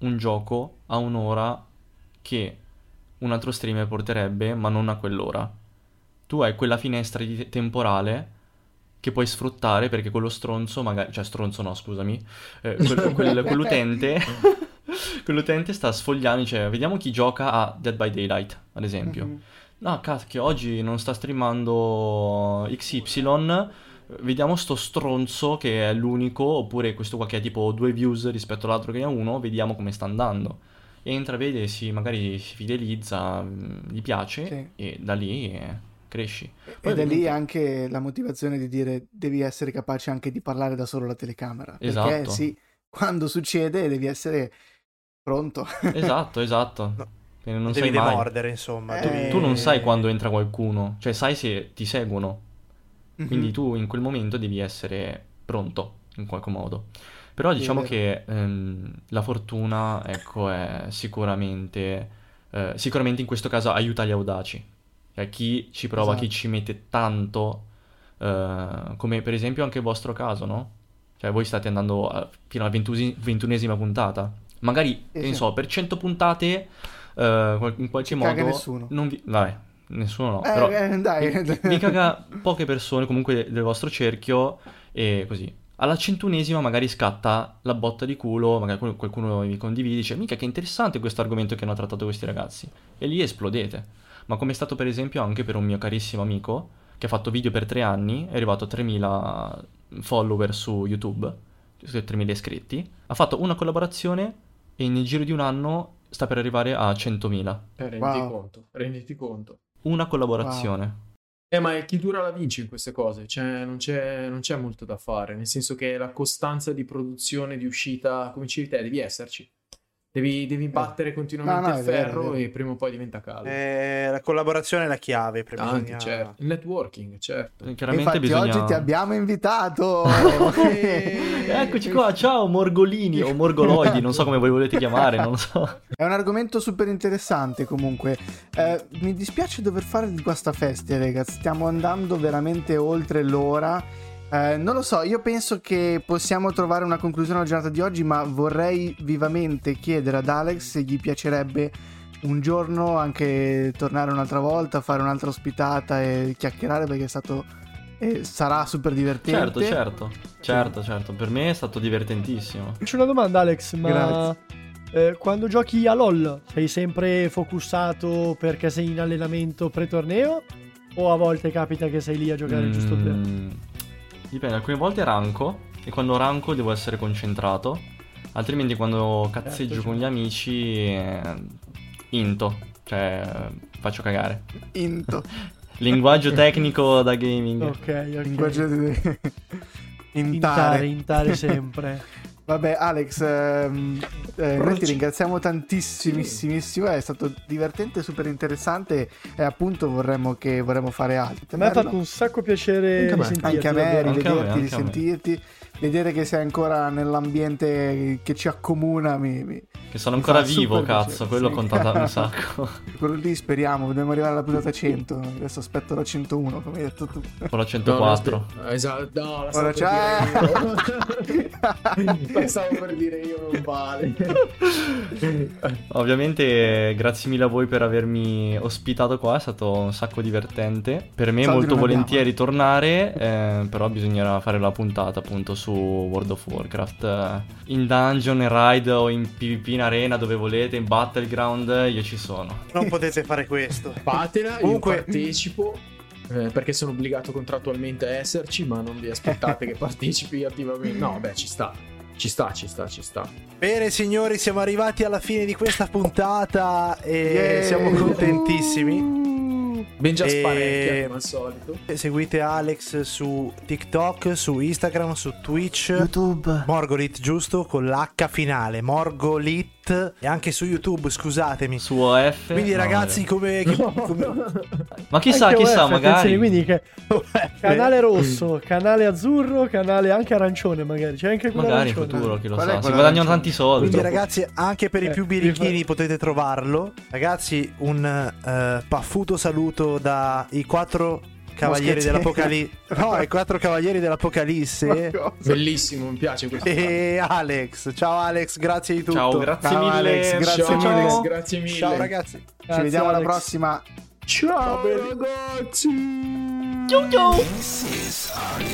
[SPEAKER 5] un gioco a un'ora che un altro streamer porterebbe, ma non a quell'ora. Tu hai quella finestra temporale che puoi sfruttare perché quello stronzo magari... Cioè stronzo no, scusami. Quell'utente... quell'utente sta sfogliando, cioè vediamo chi gioca a Dead by Daylight, ad esempio.
[SPEAKER 2] Mhm.
[SPEAKER 5] No, cacchio, oggi non sta streamando XY, vediamo sto stronzo che è l'unico, oppure questo qua che ha tipo 2 views rispetto all'altro che ne ha 1, vediamo come sta andando. Entra, vede, magari si fidelizza, gli piace,
[SPEAKER 2] Sì.
[SPEAKER 5] e da lì cresci. Poi
[SPEAKER 2] Ed è lì
[SPEAKER 5] ovviamente-
[SPEAKER 2] anche la motivazione di dire devi essere capace anche di parlare da solo alla telecamera. Perché
[SPEAKER 5] Esatto.
[SPEAKER 2] sì, quando succede devi essere pronto.
[SPEAKER 5] Esatto.
[SPEAKER 1] No,
[SPEAKER 5] Perché non
[SPEAKER 1] devi
[SPEAKER 5] sai mai.
[SPEAKER 1] demordere, insomma.
[SPEAKER 5] Tu non sai quando entra qualcuno, cioè sai se ti seguono. Quindi
[SPEAKER 2] Mhm.
[SPEAKER 5] tu in quel momento devi essere pronto in qualche modo. Però diciamo
[SPEAKER 2] è
[SPEAKER 5] che la fortuna, ecco, è sicuramente in questo caso aiuta gli audaci. Cioè chi ci prova,
[SPEAKER 2] Esatto.
[SPEAKER 5] chi ci mette tanto, come per esempio anche il vostro caso, no? Cioè voi state andando fino alla 21esima puntata. Magari, che ne
[SPEAKER 2] sì.
[SPEAKER 5] so, per 100 puntate, in qualche
[SPEAKER 2] Ci caga
[SPEAKER 5] modo...
[SPEAKER 2] nessuno.
[SPEAKER 5] Non vi... Vabbè, nessuno no, però...
[SPEAKER 2] Dai.
[SPEAKER 5] Vi caga poche persone comunque del vostro cerchio e così. Alla 101esima magari scatta la botta di culo, magari qualcuno vi condivide, dice mica che interessante questo argomento che hanno trattato questi ragazzi. E lì esplodete. Ma come è stato per esempio anche per un mio carissimo amico che ha fatto video per 3 anni, è arrivato a 3000 follower su YouTube, 3000 iscritti, ha fatto una collaborazione e nel giro di un anno sta per arrivare a 100.000.
[SPEAKER 2] Wow.
[SPEAKER 3] Renditi conto.
[SPEAKER 5] Una collaborazione.
[SPEAKER 3] Ma chi dura la vince in queste cose, cioè non c'è molto da fare, nel senso che la costanza di produzione, di uscita, come dicevi te, devi esserci. Devi battere continuamente
[SPEAKER 2] No,
[SPEAKER 3] il
[SPEAKER 2] è vero,
[SPEAKER 3] ferro
[SPEAKER 2] è vero.
[SPEAKER 3] e prima o poi diventa caldo.
[SPEAKER 1] La collaborazione è la chiave.
[SPEAKER 3] Anche, certo. Il networking, certo.
[SPEAKER 5] Chiaramente
[SPEAKER 2] Infatti
[SPEAKER 5] bisogna...
[SPEAKER 2] oggi ti abbiamo invitato.
[SPEAKER 5] Eccoci qua, ciao Morgolini o Morgoloidi, non so come voi volete chiamare, non lo so.
[SPEAKER 2] È un argomento super interessante comunque. Mi dispiace dover fare di questa festa, ragazzi. Stiamo andando veramente oltre l'ora. Non lo so, io penso che possiamo trovare una conclusione alla giornata di oggi, ma vorrei vivamente chiedere ad Alex se gli piacerebbe un giorno anche tornare un'altra volta, fare un'altra ospitata e chiacchierare, perché è stato sarà super divertente.
[SPEAKER 5] Certo, per me è stato divertentissimo.
[SPEAKER 4] C'è una domanda, Alex, ma quando giochi a LoL sei sempre focussato perché sei in allenamento pre-torneo? O a volte capita che sei lì a giocare giusto per...
[SPEAKER 5] Dipende, alcune volte ranco, e quando ranco devo essere concentrato, altrimenti quando cazzeggio
[SPEAKER 4] Certo.
[SPEAKER 5] con gli amici into, cioè faccio cagare.
[SPEAKER 2] Into.
[SPEAKER 5] Linguaggio tecnico da gaming.
[SPEAKER 4] Ok.
[SPEAKER 2] Linguaggio di... Intare.
[SPEAKER 4] Intare sempre.
[SPEAKER 2] Vabbè, Alex, noi ti ringraziamo tantissimissimo, è stato divertente, super interessante e appunto vorremmo fare altro.
[SPEAKER 4] A me ha fatto un sacco piacere
[SPEAKER 3] Anche a me.
[SPEAKER 4] risentirti.
[SPEAKER 2] Anche a me,
[SPEAKER 4] davvero.
[SPEAKER 2] rivederti,
[SPEAKER 5] anche a me.
[SPEAKER 2] risentirti, vedere che sei ancora nell'ambiente che ci accomuna,
[SPEAKER 5] Che sono
[SPEAKER 2] mi
[SPEAKER 5] ancora
[SPEAKER 2] fa
[SPEAKER 5] vivo,
[SPEAKER 2] super
[SPEAKER 5] cazzo,
[SPEAKER 2] piacere,
[SPEAKER 5] quello
[SPEAKER 2] sì.
[SPEAKER 5] ho contato un sacco.
[SPEAKER 2] quello lì speriamo, dobbiamo arrivare alla puntata 100, adesso aspetto la 101 come hai detto tu.
[SPEAKER 5] Con la 104.
[SPEAKER 3] Esatto, no, la
[SPEAKER 2] Ora
[SPEAKER 3] stavo
[SPEAKER 2] c'è.
[SPEAKER 3] La stavo per dire io, non vale.
[SPEAKER 5] Ovviamente grazie mille a voi per avermi ospitato qua, è stato un sacco divertente. Per me
[SPEAKER 2] Soldi
[SPEAKER 5] molto
[SPEAKER 2] non
[SPEAKER 5] volentieri tornare, però bisognerà fare la puntata appunto su World of Warcraft. In dungeon, in raid o in PvP in arena, dove volete, in battleground, io ci sono.
[SPEAKER 1] Non potete fare questo.
[SPEAKER 3] Fatela,
[SPEAKER 1] Comunque-
[SPEAKER 3] io partecipo. Perché sono obbligato contrattualmente a esserci, ma non vi aspettate che partecipi attivamente. No, beh, ci sta.
[SPEAKER 1] Bene signori, siamo arrivati alla fine di questa puntata e
[SPEAKER 2] Yeah.
[SPEAKER 1] siamo contentissimi.
[SPEAKER 3] Ben già
[SPEAKER 1] E-
[SPEAKER 3] sparecchia, come al solito.
[SPEAKER 1] Seguite Alex su TikTok, su Instagram, su Twitch.
[SPEAKER 2] YouTube.
[SPEAKER 1] Morgolit, giusto? Con l'H finale. Morgolit. E anche su YouTube, scusatemi.
[SPEAKER 5] Su OF.
[SPEAKER 1] Quindi
[SPEAKER 5] no,
[SPEAKER 1] ragazzi, come...
[SPEAKER 5] Ma chissà,
[SPEAKER 4] Anche
[SPEAKER 5] chissà,
[SPEAKER 4] OF,
[SPEAKER 5] magari.
[SPEAKER 4] attenzione, quindi canale rosso, canale azzurro, canale anche arancione magari. C'è anche quello
[SPEAKER 5] Magari in
[SPEAKER 4] arancione.
[SPEAKER 5] futuro, chi lo
[SPEAKER 2] Qual è
[SPEAKER 5] sa. Si
[SPEAKER 2] quello
[SPEAKER 5] guadagnano
[SPEAKER 2] arancione?
[SPEAKER 5] tanti soldi.
[SPEAKER 1] Quindi ragazzi, anche per i più birichini
[SPEAKER 4] rifa-
[SPEAKER 1] potete trovarlo. Ragazzi, un paffuto saluto dai 4 Cavalieri
[SPEAKER 2] Moschettieri.
[SPEAKER 1] dell'Apocalisse. No, i 4 Cavalieri dell'Apocalisse.
[SPEAKER 3] Bellissimo, mi piace questo.
[SPEAKER 1] E Alex. Ciao Alex, grazie di tutto.
[SPEAKER 5] Ciao, grazie
[SPEAKER 2] Ciao,
[SPEAKER 5] mille.
[SPEAKER 2] Alex, grazie
[SPEAKER 3] Ciao,
[SPEAKER 2] mille.
[SPEAKER 3] Alex, grazie mille.
[SPEAKER 1] Ciao ragazzi.
[SPEAKER 2] Ci
[SPEAKER 4] Grazie,
[SPEAKER 2] vediamo alla
[SPEAKER 4] Alex.
[SPEAKER 2] prossima.
[SPEAKER 3] Ciao ragazzi.
[SPEAKER 5] Ciao ciao.
[SPEAKER 7] This is our